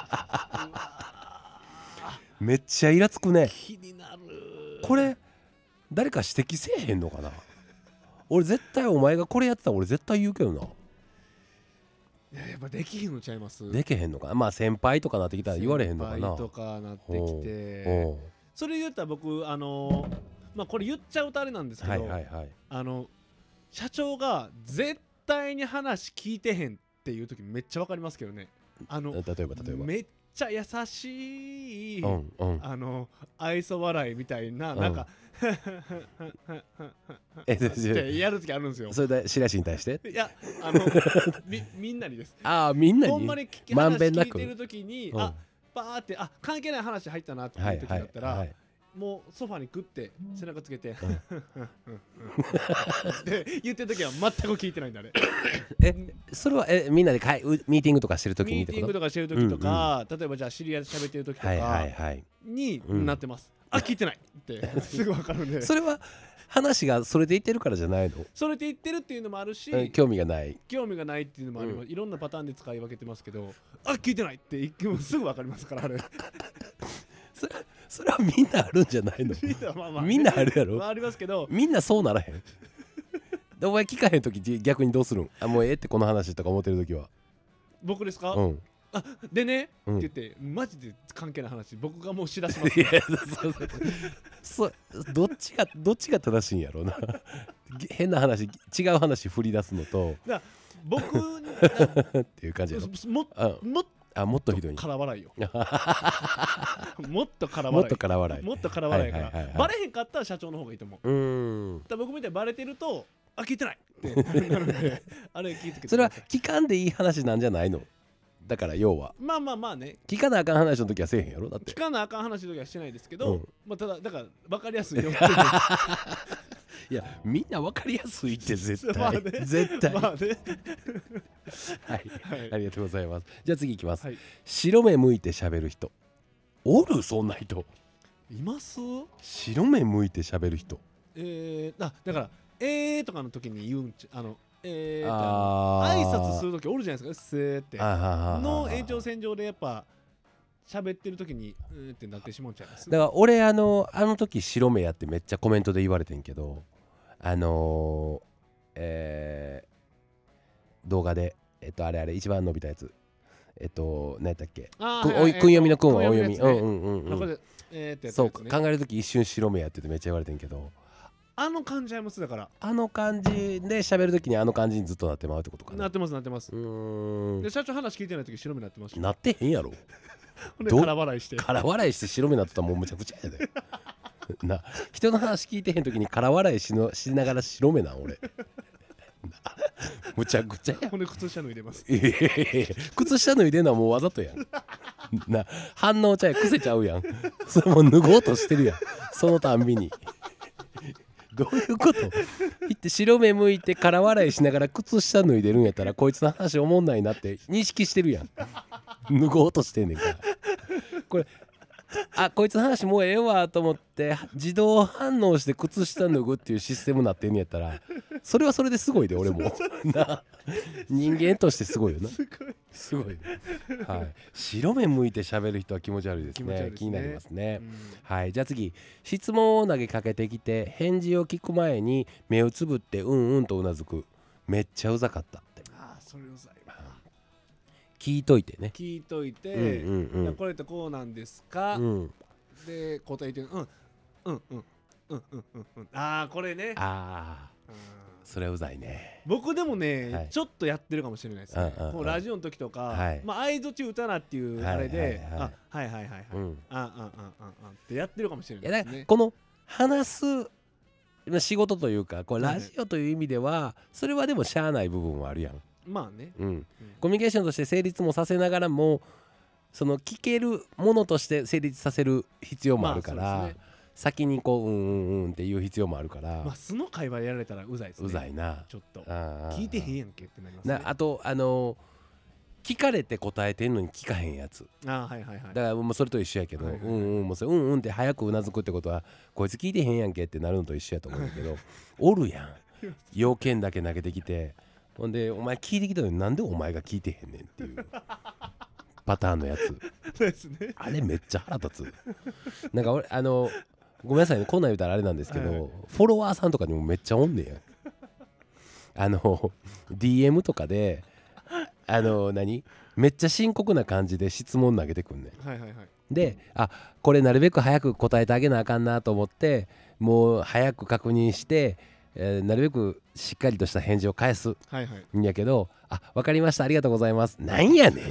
めっちゃイラつくね。 気になる。 これ誰か指摘せえへんのかな俺絶対お前がこれやってたら俺絶対言うけどな。 いややっぱできへんのちゃいます。 できへんのかな。まあ先輩とかなってきたら言われへんのかな。 先輩とかなってきてそれ言ったら僕あのー、まあこれ言っちゃうとあれなんですけど、はいはいはい、あの社長が絶対に話聞いてへんっていう時めっちゃわかりますけどね。あの例えば例えばめっちゃ優しい、 うんうん、 あの愛想笑いみたいな、うん、なんかえってやるときあるんですよ。 それで白石に対して？ いやあの み, みんなにです。 ああみんなにほんまに聞き話聞いてるときに、うん、あバーってあ関係ない話入ったなっていうときだったら、はいはいはい、もうソファにグッて背中つけて、うん、って言ってるときは全く聞いてないんだね。 えそれはえみんなでかいミーティングとかしてるときにってこと？ ミーティングとかしてるときとか、うんうん、例えばじゃあ知り合いで喋ってるときとかに、はいはいはい、なってます。あ聞いてないってすぐ分かるんでそれは話がそれで言ってるからじゃないの？ それで言ってるっていうのもあるし、 うん、興味がない興味がないっていうのもあります、うん、いろんなパターンで使い分けてますけど、あ聞いてないってすぐ分かりますからあれそ, それはみんなあるんじゃないの？みんな、まあまあね、みんなあるやろ、 まあ、ありますけどみんなそうならへんでお前聞かへんとき逆にどうするん？あもうええってこの話とか思ってるときは。 僕ですか？ うんあでね、うん、って言ってマジで関係ない話僕がもうしだします、ね、いやそうそうそうどっちがどっちが正しいんやろうな変な話違う話振り出すのとだ僕っていう感じやろ。 ももあもっとひどい空笑いよもっと空笑いもっと空笑いもっと空笑いから、はいはいはいはい、バレへんかったら社長の方がいいと思う。 うんだ僕みたいにバレてるとあ聞いてないってなるのであれ聞いてくれ。 それは聞かんでいい話なんじゃないの？だから要はまあまあまあね聞かなあかん話の時はせえへんやろ。だって聞かなあかん話の時はしてないですけど、うん、まあただだから分かりやすいよいやみんな分かりやすいって絶対、 まあね、 絶対、 まあねはい、はい、ありがとうございます。じゃあ次いきます、はい、白目向いて喋る人おる？そんな人います？ 白目向いて喋る人えー、あだからえーとかの時に言うんちあのえー、挨拶するときおるじゃないですか。せーっての延長線上でやっぱ喋ってるときにうーってなってしまっちゃいます。 だから俺あのあの時白目やってめっちゃコメントで言われてんけどあのー、えー、動画でえっとあれあれ一番伸びたやつえっと何やったっけ訓読みの訓は音読みうんうんうんうんそう考えるとき一瞬白目やっててめっちゃ言われてんけどあの感じありますだからあの感じで喋るときにあの感じにずっとなってまうってことかな。 なってますなってます。 うーんで社長話聞いてないとき白目になってました。 なってへんやろ。 で空笑いして空笑いして白目になってたらもうむちゃくちゃやでな、人の話聞いてへんときに空笑いしのしながら白目なん俺むちゃくちゃや。 ほんで靴下脱いでます。 いやいやいや靴下脱いでんのはもうわざとやんな、反応ちゃうや癖ちゃうやんそれもう脱ごうとしてるやんそのたんびにどういうこと言って白目向いて空笑いしながら靴下脱いでるんやったらこいつの話おもんないなって認識してるやん脱ごうとしてんねんからこれあこいつの話もうええわと思って自動反応して靴下脱ぐっていうシステムになってんやったらそれはそれですごいで俺もな人間としてすごいよな。すごいね、はい、白目向いて喋る人は気持ち悪いですね。気持ち悪いですね。気になりますね、うん、はい。じゃあ次質問を投げかけてきて返事を聞く前に目をつぶってうんうんとうなずく。めっちゃうざかったって。 ああそれうざいわ。 聞いといてね。 聞いといて、 うんうんうん、 いやこれってこうなんですか、うん、で答えてうんうんうんうんうんうんうんああこれね。 ああそれはうざいね。 僕でもね、はい、ちょっとやってるかもしれないですね。 うんうんうん、 もうラジオの時とか、はい、まあ相槌打たなっていうあれで、はいはいはい、あはいはいはいはい、うん、ああああああってやってるかもしれないですね。 いやこの話す仕事というかこうラジオという意味では、はい、それはでもしゃあない部分はあるやん。 まあね、 うんうん、コミュニケーションとして成立もさせながらもその聞けるものとして成立させる必要もあるから、まあね、先にこううんうんうんっていう必要もあるから、 まあ、素の会話やられたらうざいですね。 うざいなちょっと聞いてへんやんけってなりますね。 なあとあの聞かれて答えてんのに聞かへんやつ。 あ、はいはいはい、だからもうそれと一緒やけど、はいはいはい、うんうんもうそれうんうんって早くうなずくってことはこいつ聞いてへんやんけってなるのと一緒やと思うんだけどおるやん要件だけ投げてきてほんでお前聞いてきたのになんでお前が聞いてへんねんっていうパターンのやつですね。 あれめっちゃ腹立つ。なんか俺あのごめんなさいねこんなん言うたらあれなんですけど、はい、フォロワーさんとかにもめっちゃおんねんやあの ディーエム とかであの何めっちゃ深刻な感じで質問投げてくんねん、 はいはいはい、 であこれなるべく早く答えてあげなあかんなと思ってもう早く確認してえー、なるべくしっかりとした返事を返すんやけど、はいはい、あ分かりましたありがとうございますなんやね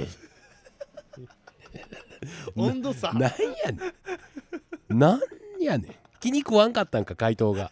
ん温度差なんやねんなんやねん気に食わんかったんか回答が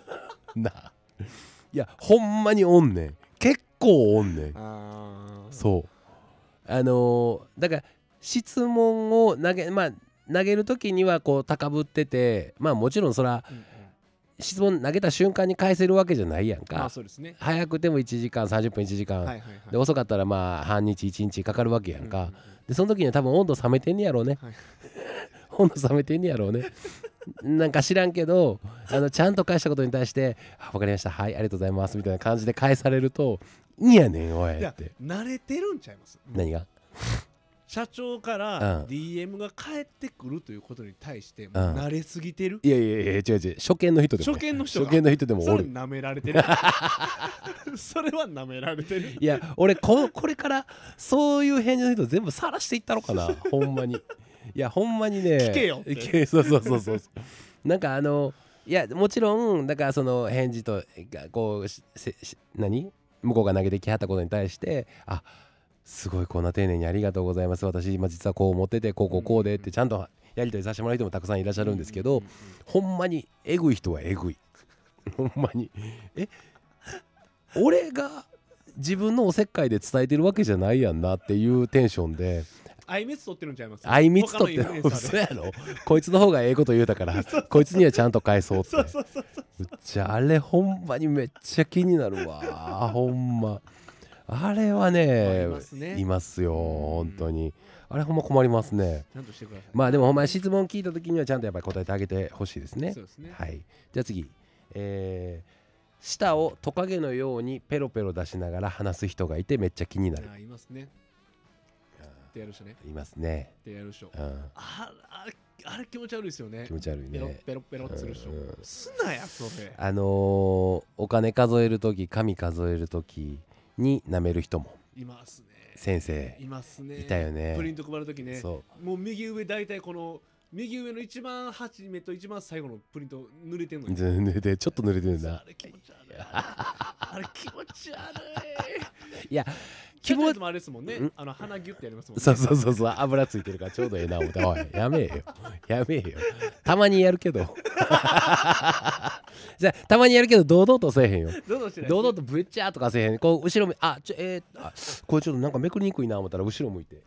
ないやほんまにおんねん結構おんねん。あそうあのー、だから質問を投げまあ投げる時にはこう高ぶっててまあもちろんそら、うん質問投げた瞬間に返せるわけじゃないやんか。 ああそうですね、 早くてもいちじかんさんじゅっぷんいちじかん、はいはいはい、で遅かったらまあ半日いちにちかかるわけやんか、うんうんうん、でその時には多分温度冷めてんねやろうね、はい、温度冷めてんねやろうねなんか知らんけどあのちゃんと返したことに対してあ分かりましたはいありがとうございますみたいな感じで返されるといやねんおいって慣れてるんちゃいます。 何が社長から ディーエム が返ってくるということに対してもう慣れすぎてる、 うん、いやいやいや違う違う初見の人でも、ね、 初見の人が初見の人でもおるそれ舐められてるそれは舐められてる。 いや俺 こ, これからそういう返事の人全部晒していったのかなほんまにいやほんまにね聞けよってそうそうそうそうなんかあのいやもちろんだからその返事とこう何向こうが投げてきはったことに対してあすごいこんな丁寧にありがとうございます私今実はこう思っててこうこうこうでってちゃんとやり取りさせてもらう人もたくさんいらっしゃるんですけどほんまにえぐい人はえぐいほんまにえ俺が自分のおせっかいで伝えてるわけじゃないやんなっていうテンションであいみつ取ってるんちゃいます。 あいみつ取ってる嘘やろこいつの方がええこと言うたからこいつにはちゃんと返そうってそうそうそうそうじゃああれほんまにめっちゃ気になるわほんまあれはねいますねいますよ本当にあれほんま困りますね。 ちゃんとしてください。 まあでもほんまに質問聞いた時にはちゃんとやっぱり答えてあげてほしいですね。 そうですね。 はい。じゃあ次、えー、舌をトカゲのようにペロペロ出しながら話す人がいてめっちゃ気になる。 あいますね。ってやる人ね。 いますね。 ってやる人。 うん、 ああれあれ気持ち悪いですよね。 気持ち悪いね。 ペロペロペロする人。うんうん、すなやそれ。 あのー、お金数える時紙数える時に舐める人もいますね。 先生いますね。 いたよね。 プリント配る時ね。そうもう右上大体この右上の一番初めと一番最後のプリント濡れてんのに濡れてちょっと濡れてるな。 あれ気持ち悪いあれ気持ち悪いいや気持ちもあれですもんね、あの鼻ギュッてやりますもんね。 そうそうそうそう、油ついてるからちょうどええな思っておいやめえよやめえよたまにやるけどじゃあたまにやるけど堂々とせえへんよ。堂々堂々とブッチャーとかせえへん。こう後ろ見あちょえー、あこれちょっとなんかめくりにくいな思ったら後ろ向いて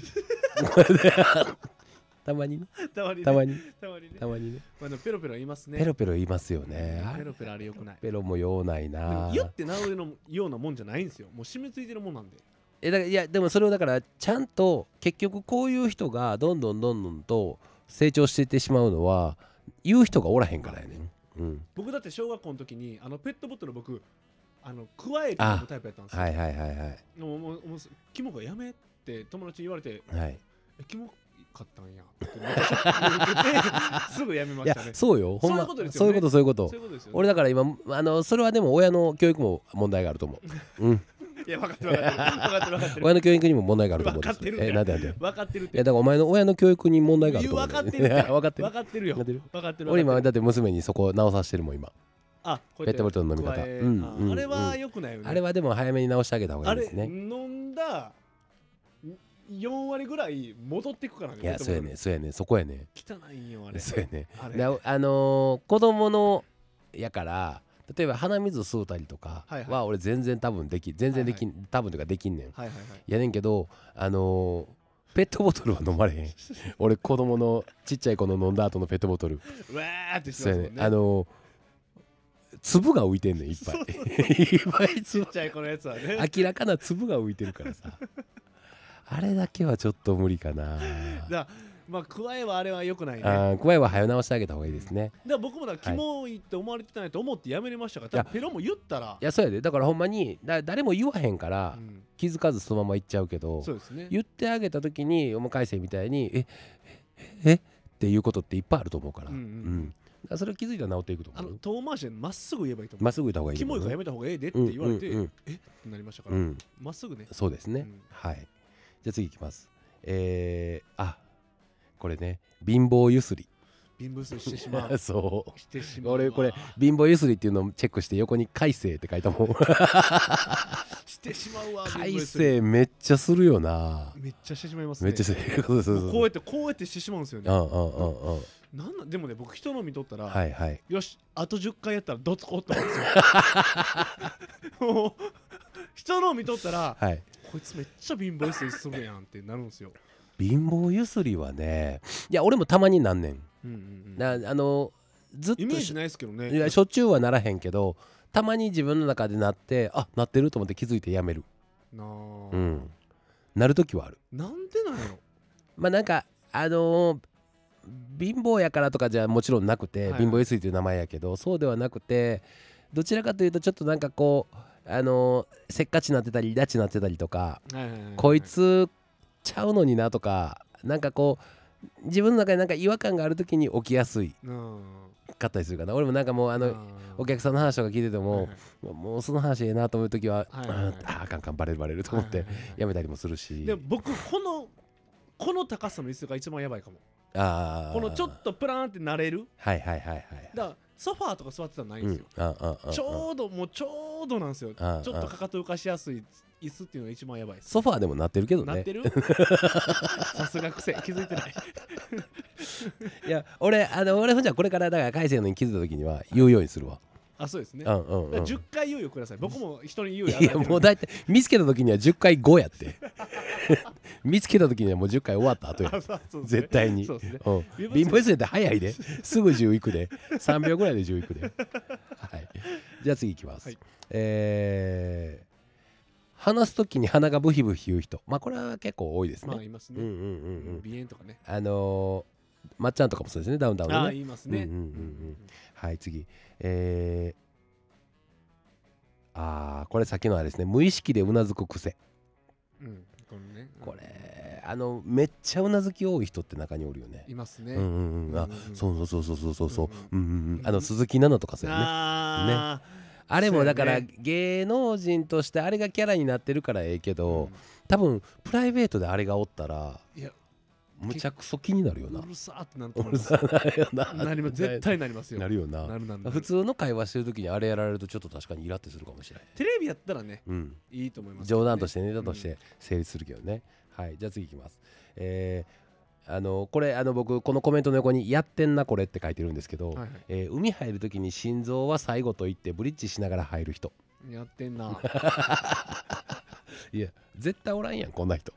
たまにねたまにねたまにたまにねたまにね、 まあ、ペロペロ言いますね。 ペロペロ言いますよね。 ペロペロあれよくない。 ペロも用ないな。 言って治るのようなもんじゃないんですよ。もう染みついてるもんなんで。 えだからいやでもそれをだからちゃんと結局こういう人がどんどんどんどんと成長していってしまうのは言う人がおらへんからやねん、うん、 僕だって小学校の時にあのペットボトル僕あの加えて飲むタイプやったんですよ。 はいはいはいはいもうもうもうキモがやめって友達に言われて、 はい、 えキモかったんやってすぐやめましたね。 いやそうよほんまそういうことですよね。そういうことそういうこと。 そういうことですよね。 俺だから今あのそれはでも親の教育も問題があると思う。うんいや分かってる分かってる分かってる分かってる。 親の教育にも問題があると思うんです。 分かってる。 えなんでなんで。 分かってるって。 いやだからお前の親の教育に問題があると思う。 分かってるって。 分かってる。 分かってるよ。分かってる。分かってる。 俺今だって娘にそこ直させてるもん今。 あペットボトルの飲み方。 うんうん。あれは良くないよね。 あれはでも早めに直してあげた方がいいですね。 あれ飲んだよん割ぐらい戻ってくからね。 いやそうやねそうやねそこやね。 汚いんよあれ。 そうやね。あの子供のやから例えば鼻水吸うたりとかは俺全然多分でき全然できん多分というかできんねん。 はいはいはい。 やねんけどあのペットボトルは飲まれへん。俺子供のちっちゃい子の飲んだ後のペットボトル。 うわーってしてますもんね。 あの粒が浮いてんねんいっぱい。いっぱいちっちゃい子のやつはね。 明らかな粒が浮いてるからさ。あれだけはちょっと無理かな。 だまあ加えはあれは良くないね。 あ加えは早直してあげた方がいいですね。 だ僕もだキモいって思われてないと思ってやめれましたから。多分ペロも言ったら。 いやそうやでだからほんまにだ誰も言わへんから、うん、気づかずそのまま言っちゃうけど。 そうですね。 言ってあげた時におもかいせいみたいにえええっていうことっていっぱいあると思うから。うんうん。うんそれを気づいたら治っていくと思う。 あの遠回しでまっすぐ言えばいいと思う。 まっすぐ言った方がいい。 キモいからやめた方がええでって言われて、うんうんうん、えってなりましたからま、うん、っすぐね。 そうですね、うん、はい。じゃあ次いきます。えー、あこれね貧乏ゆすり。 貧乏ゆすりしてしまう。 そうしてしまう。 俺これ貧乏ゆすりっていうのをチェックして横に改正って書いたもん。 してしまうわ。 改正めっちゃするよな。 めっちゃしてしまいますね。 めっちゃする。こうやってこうやってしてしまうんですよね。 うんうんうんうん。 なんなんでもね僕人の見とったら、 はいはい、 よしあとじゅっかいやったらどつこうと思うんですよ。もう人の見とったら、はい、こいつめっちゃ貧乏ゆすりするやんってなるんですよ。 貧乏ゆすりはねいや俺もたまになんねん、うんうんうん、なあのずっとイメージないですけどね。 いやしょっちゅうはならへんけどたまに自分の中でなってあなってると思って気づいてやめるな、うん、なるときはある。 なんでなんやろ。 まあなんかあのー貧乏やからとかじゃもちろんなくて、はいはい、貧乏ゆすりという名前やけどそうではなくてどちらかというとちょっとなんかこうあのー、せっかちになってたりイラチになってたりとか、はいはいはいはい、こいつちゃうのになとかなんかこう自分の中でなんか違和感がある時に起きやすいかったりするかな。俺もなんかもうあのお客さんの話とか聞いてても、はいはい、もうその話ええなと思う時は、はいはいはい、ああかんかんバレるバレると思ってやめたりもするし、 でも僕このこの高さの椅子が一番やばいかも。あこのちょっとプランってなれる。 はいはいはいはい。 だからソファーとか座ってたらないんですよ、うん、あああちょうどもうちょうどなんですよ。ちょっとかかと浮かしやすい椅子っていうのが一番やばいです、ね、 ソファーでもなってるけどね。 なってるさすが癖気づいてない。 いや俺あの俺ほんじゃこれからだから海星のに気づいた時には言うようにするわ。 あそうですね、 うんうんうん、 じゅっかい猶予ください。僕も人に猶予やらない。いやもうだいたい見つけた時にはじゅっかいごやって見つけた時にはもうじゅっかい終わった後や、ね、絶対に。そうですね、うん、貧乏ゆすりって早いですぐじゅういくでさんびょうぐらいでじゅういくで、はい、じゃあ次いきます、はい、えー、話す時に鼻がブヒブヒ言う人。まあこれは結構多いですね。 まあいますね、うんうんうんうん、鼻炎とかね、 あのーまっちゃんとかもそうですね。ダウンタウンのね。 ああ言いますね、うんうんうんうん、 はい次、えー、あーこれさっきのあれですね。無意識でうなずく癖、うん、これね、これあのめっちゃうなずき多い人って中におるよね。 いますね、 うんうんうん、あ、そうそうそうそうそうそう、うんうんうん、あの鈴木奈々とかそうやね。あねあれもだから芸能人としてあれがキャラになってるからええけど、うん、多分プライベートであれがおったらいやむちゃくそ気になるよな。 うるさーってなると思います。 なるよな。 なります、絶対なりますよ。 なるよな。 なるなるなる。 普通の会話してる時にあれやられるとちょっと確かにイラってするかもしれない。 テレビやったらね、 うん、 いいと思います、ね、 冗談としてネタとして成立するけどね、うん、はい。じゃあ次いきます。えー、あのこれあの僕このコメントの横にやってんなこれって書いてるんですけど、はいはい、えー、海入る時に心臓は最後と言ってブリッジしながら入る人やってんな。 いや絶対おらんやんこんな人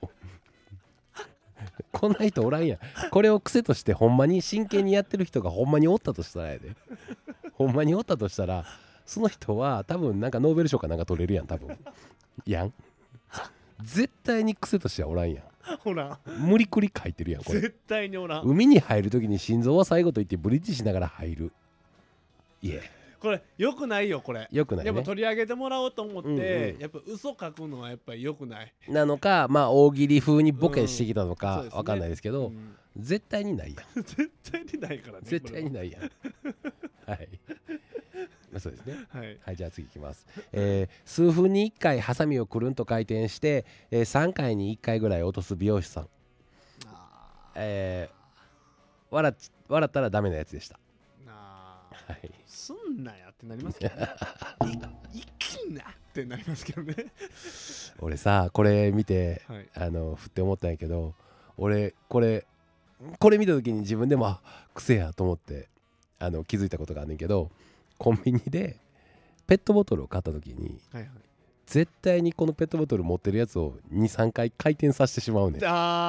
こんな人おらんやん。これを癖としてほんまに真剣にやってる人がほんまにおったとしたらやでほんまにおったとしたらその人は多分なんかノーベル賞かなんか取れるやん多分やん。絶対に癖としてはおらんやん。 ほら無理くり書いてるやんこれ。 絶対におらん。 海に入るときに心臓は最後と言ってブリッジしながら入る。いえこれよくないよこれ。 よくないね。 やっぱ取り上げてもらおうと思って、うんうん、やっぱ嘘書くのはやっぱりよくないなのか、まあ大喜利風にボケしてきたのか、うん、わかんないですけど、うん、絶対にないやん。 絶対にないからね。 絶対にないやん。はい。まあ、そうですね。はい、はい、じゃあ次いきます。えー、数分にいっかいハサミをくるんと回転して、えー、さんかいにいっかいぐらい落とす美容師さん。えー、笑っ笑ったらダメなやつでした。 はい、すんなやってなりますけどね。いきなってなりますけどね。 俺さこれ見て、はい、あのふって思ったんやけど、俺これこれ見た時に自分でもあ癖やと思ってあの気づいたことがあんねんけど、コンビニでペットボトルを買った時に、はいはい、絶対にこのペットボトル持ってるやつを にさんかい回転させてしまうねん。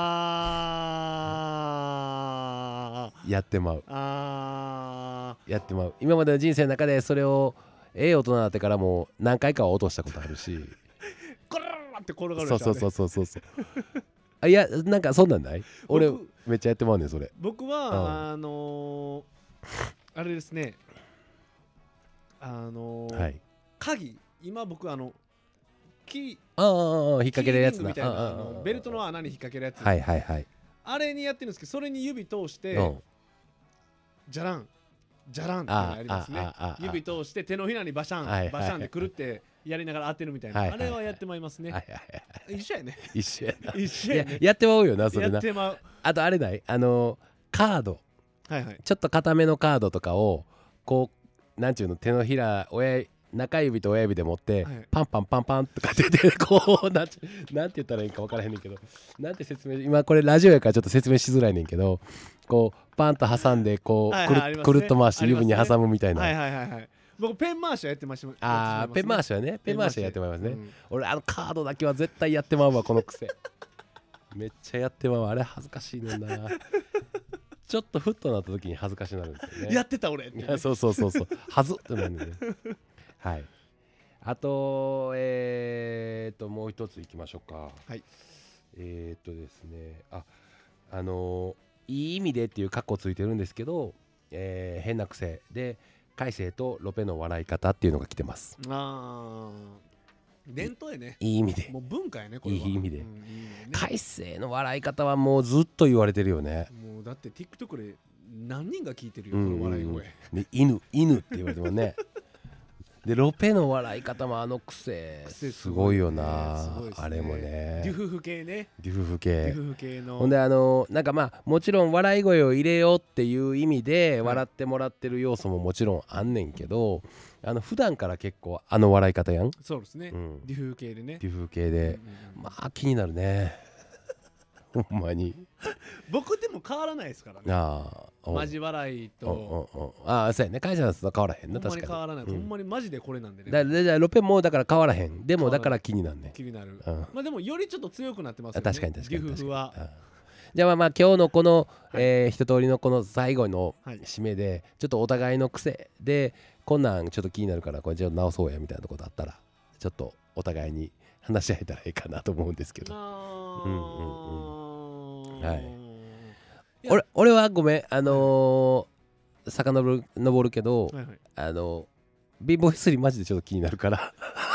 あやってまう。あやってまう。今までの人生の中でそれをええ大人になってからも何回かは落としたことあるしコロロロって転がるでしょ。そうそうそうそうそうあいやなんかそんなんない？俺めっちゃやってまうねんそれ。 僕は、うん、あのー、あれですねあのーはい、鍵今僕あのキーああ引っ掛けるやつなみたいなあのベルトの穴に引っ掛けるやつ、 はいはいはい、 あれにやってるんですけど、それに指通して、うん、じゃらんじゃらんってやりますね。指通して手のひらにバシャン、はいはいはい、バシャンでくるってやりながら当てるみたいな、はいはいはい、あれはやってまいりますね、はいはいはい、一緒やね一緒やな一緒やねや, やってまうよなそれな。 やってまう。 あとあれないあのカード、はいはい、ちょっと固めのカードとかをこうなんちゅうの手のひら親中指と親指で持って、はい、パンパンパンパンとかって言ってこうなんてなんて言ったらいいか分からへんねんけど、なんて説明今これラジオやからちょっと説明しづらいねんけど、こうパンと挟んでこう、はいはい、く, る, ね、くるっと回して指に挟むみたいな、 はいはいはいはい、僕ペン回しはやってました。 ああ、ね、ペン回しはねペン回しはやってまいりますね、うん、俺あのカードだけは絶対やってまうわこの癖めっちゃやってまうわ。あれ恥ずかしいねんなちょっとフッとなった時に恥ずかしくなるんですよね。 やってた俺って、ね、 そうそうそうそうはずってなるんでねはい。あとえー、っともう一ついきましょうか。はい。えー、っとですねああのー、いい意味でっていうカッコついてるんですけど、えー、変な癖で海星とロペの笑い方っていうのが来てます。あ伝統やね。 いい意味でもう文化やねこれは。 いい意味で、うん、いいね、海星の笑い方はもうずっと言われてるよね。 もうだって TikTok で何人が聞いてるよ、うんうん、この笑い声で犬犬って言われてもねでロペの笑い方もあの癖すごいよな、ねね、あれもねデュフフ系ねデュフフ系デュフフ系のほんであのなんかまあもちろん笑い声を入れようっていう意味で笑ってもらってる要素ももちろんあんねんけど、あの普段から結構あの笑い方やん。 そうですね、うん、デュフフ系でねデュフフ系で、うんうんうん、まあ気になるねほんまに僕でも変わらないですからね。ああマジ笑いとおおおああそうやね会社のと変わらへんな。確かにほんまに変わらない、うん、ほんまにマジでこれなんでね。 だじゃあロペもだから変わらへん。でもだから気になんねん。 気になる、うん、まあでもよりちょっと強くなってますよね。 確かに確かにデュフフは。 じゃあまあまあ今日のこの、はいえー、一通りのこの最後の締めで、はい、ちょっとお互いの癖でこんなんちょっと気になるからこれちょっと直そうやみたいなことあったらちょっとお互いに話し合えたらいいかなと思うんですけど。うんうんうんはい。俺, 俺はごめんあのー、遡る登るけど、はいはい、あの貧乏ゆすりマジでちょっと気になるから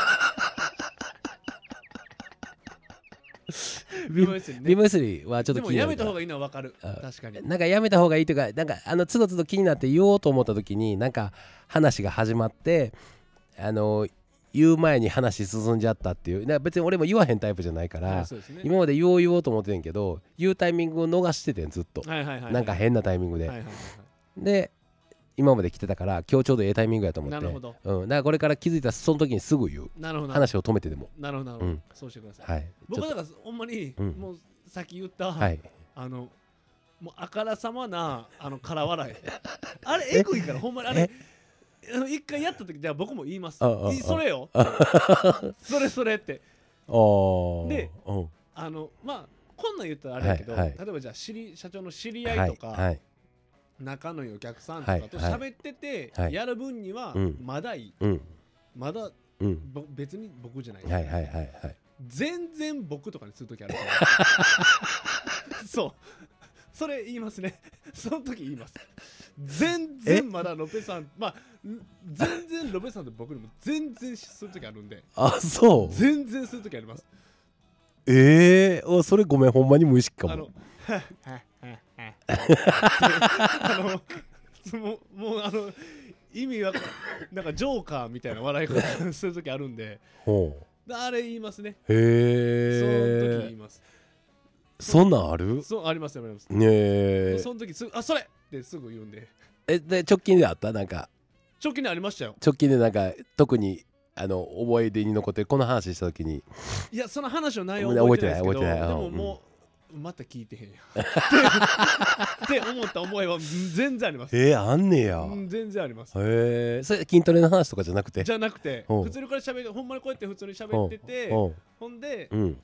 貧乏ゆすりはちょっと気になるから。でもやめた方がいいのは分かる。確かになんかやめた方がいいというかなんかあのつどつど気になって言おうと思った時になんか話が始まってあの言う前に話進んじゃったっていう。別に俺も言わへんタイプじゃないから、 ね、 今まで言おう言おうと思ってんけど言うタイミングを逃しててんずっと、 はいはいはいはい、 なんか変なタイミングで、はいはいはい、で今まで来てたから今日ちょうどええタイミングやと思って、なるほど、うん、だからこれから気づいたらその時にすぐ言う。なるほど、話を止めてでも。 なるほどなるほど、うん、そうしてください、はい、僕はだからほんまに、うん、もうさっき言った、はい、あのもうあからさまなあの空笑いあれエグいからほんまにあれあの一回やった時じゃあ僕も言います。それよそれそれってで、あのまあこんなん言ったらあれやけど、はいはい、例えばじゃあ知り社長の知り合いとか、はいはい、仲のいいお客さんとかと喋ってて、はいはい、やる分にはまだいい、うん、まだ、うん、別に僕じゃない、はいはいはいはい、全然僕とかにする時あるからそうそれ言いますねその時言います。全然まだロペさん、まあ全然ロペさんと僕にも全然する時あるんで。 あ、そう。 全然する時あります。 ええー、それごめんほんまに無意識かも。あのあのもうもうあの意味はなんかジョーカーみたいな笑い方する時あるんで。ほう。あれ言いますね。へえ。その時言います。 そんなんある？ そうありますよあります。ねえ。その時すぐあそれってすぐ言うんで。 えで直近であったなんか。 直近でありましたよ。 直近でなんか特にあの思い出に残ってこの話した時に。 いやその話の内容覚えてないですけど、覚えてない覚えてない。でももう、うん、また聞いてへんやって思った思いは全然あります。 えー、あんねや、 うん、全然あります。 へえ。それ筋トレの話とかじゃなくてじゃなくて普通にこれ喋ってほんまにこうやって普通に喋っててほんで、うん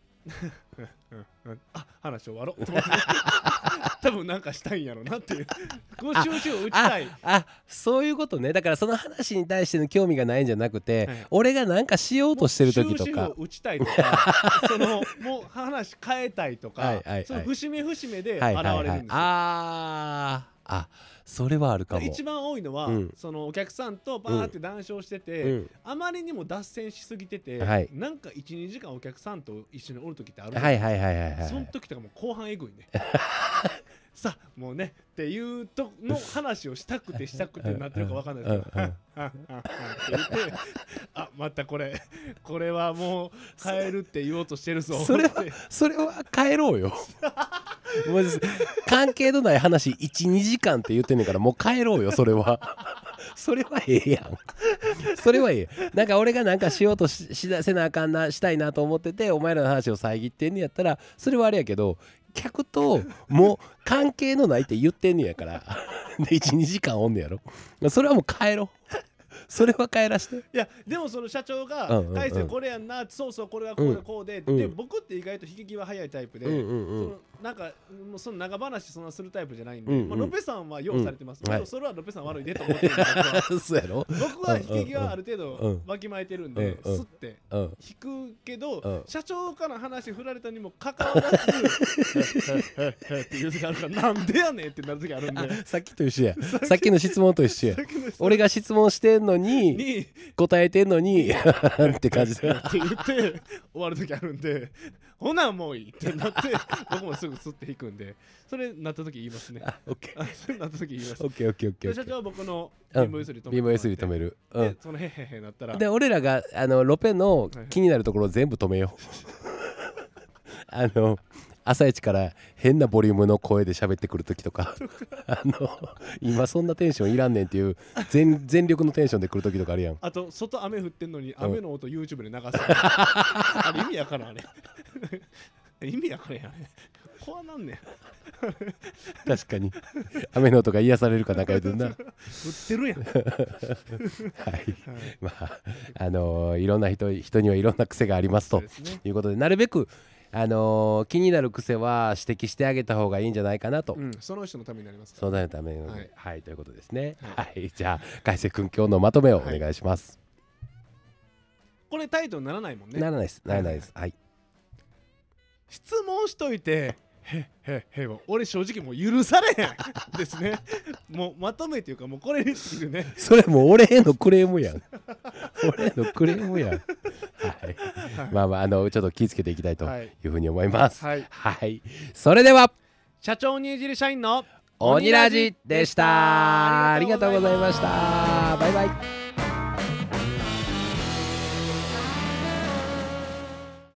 あ話終わろう多分なんかしたいんやろなっていうこう収集を打ちたい。 ああそういうことね。だからその話に対しての興味がないんじゃなくて、はい、俺がなんかしようとしてる時とか収集を打ちたいとかそのもう話変えたいとか、はいはいはい、その節目節目で現れるんですよ、はいはいはい、 ああそれはあるかも。 一番多いのは、うん、そのお客さんとバーって談笑してて、うん、あまりにも脱線しすぎてて、はい、なんか いちにじかんお客さんと一緒におる時ってあるんですよ。はいはいはいはい、はい、その時とかも後半エグいねさあもうねっていうとの話をしたくてしたくてなってるか分かんないですけどって言ってあまたこれこれはもう変えるって言おうとしてるぞそれはそれは変えろうよもう関係のない話 いちにじかんって言ってんねんからもう変えろうよそれはそれはええやんそれはええ。なんか俺がなんかしようと し, しせなあかんなしたいなと思っててお前らの話を遮ってんねやったらそれはあれやけど客ともう関係のないって言ってんねやからでいちにじかんおんねやろ。それはもう帰ろうそれは帰らして。いやでもその社長が大勢これやんな、そうそうこれはこうでこうで、うん、で僕って意外と引き際早いタイプで、うんうんうん、そのなんかもうその長話そんなするタイプじゃないんで、うんうん、まあ、ロペさんは用されてます、うんはい、それはロペさん悪いでと思ってるんですそうやろ。 僕は引き際ある程度わきまえてるんで、うんうん、スッて引くけど、うん、社長から話振られたにもかかわらずっていう時あるからなんでやねんってなる時あるんでさっきと一緒やさっきの質問と一緒や俺が質問してんのにに答えてんのにって感じでって言って終わる時あるんでほなもういいってなって僕もすぐスッて引くんでそれなった時言いますね。あ、オッケー。それなった時言います。 オッケーオッケーオッケー。 社長は僕のビーム ユーエス に止める。 ビーム ユーエス に止める。 うん。でそのへへへなったら。 で俺らがあのロペの気になるところを全部止めよう。あの朝一から変なボリュームの声で喋ってくる時とかあの今そんなテンションいらんねんっていう全全力のテンションで来る時とかあるやん。 あと外雨降ってんのに雨の音 YouTube で流す、うん、あれ意味やからんあれ意味やからんやね怖なんねん確かに雨の音が癒されるかなんか言うとんな売ってるやんはい、 はい、まああのー、いろんな人人にはいろんな癖がありますということでなるべくあのー、気になる癖は指摘してあげた方がいいんじゃないかなと、うん、 その人のためになりますから、ね、そのために、はい、はい、ということですね、はい、はい、じゃあ海瀬君今日のまとめをお願いします、はい、 これタイトルならないもんね。 ならないですならないです、はいはい、 質問しといてへへへは俺正直もう許されへんですねもうまとめというかもうこれにするねそれもう俺へのクレームやん俺へのクレームやんはい、はい、まあまああのちょっと気をつけていきたいというふうに思いますはい、はい、それでは社長にいじり社員のオニラジでした。ありがとうございました。バイバイ。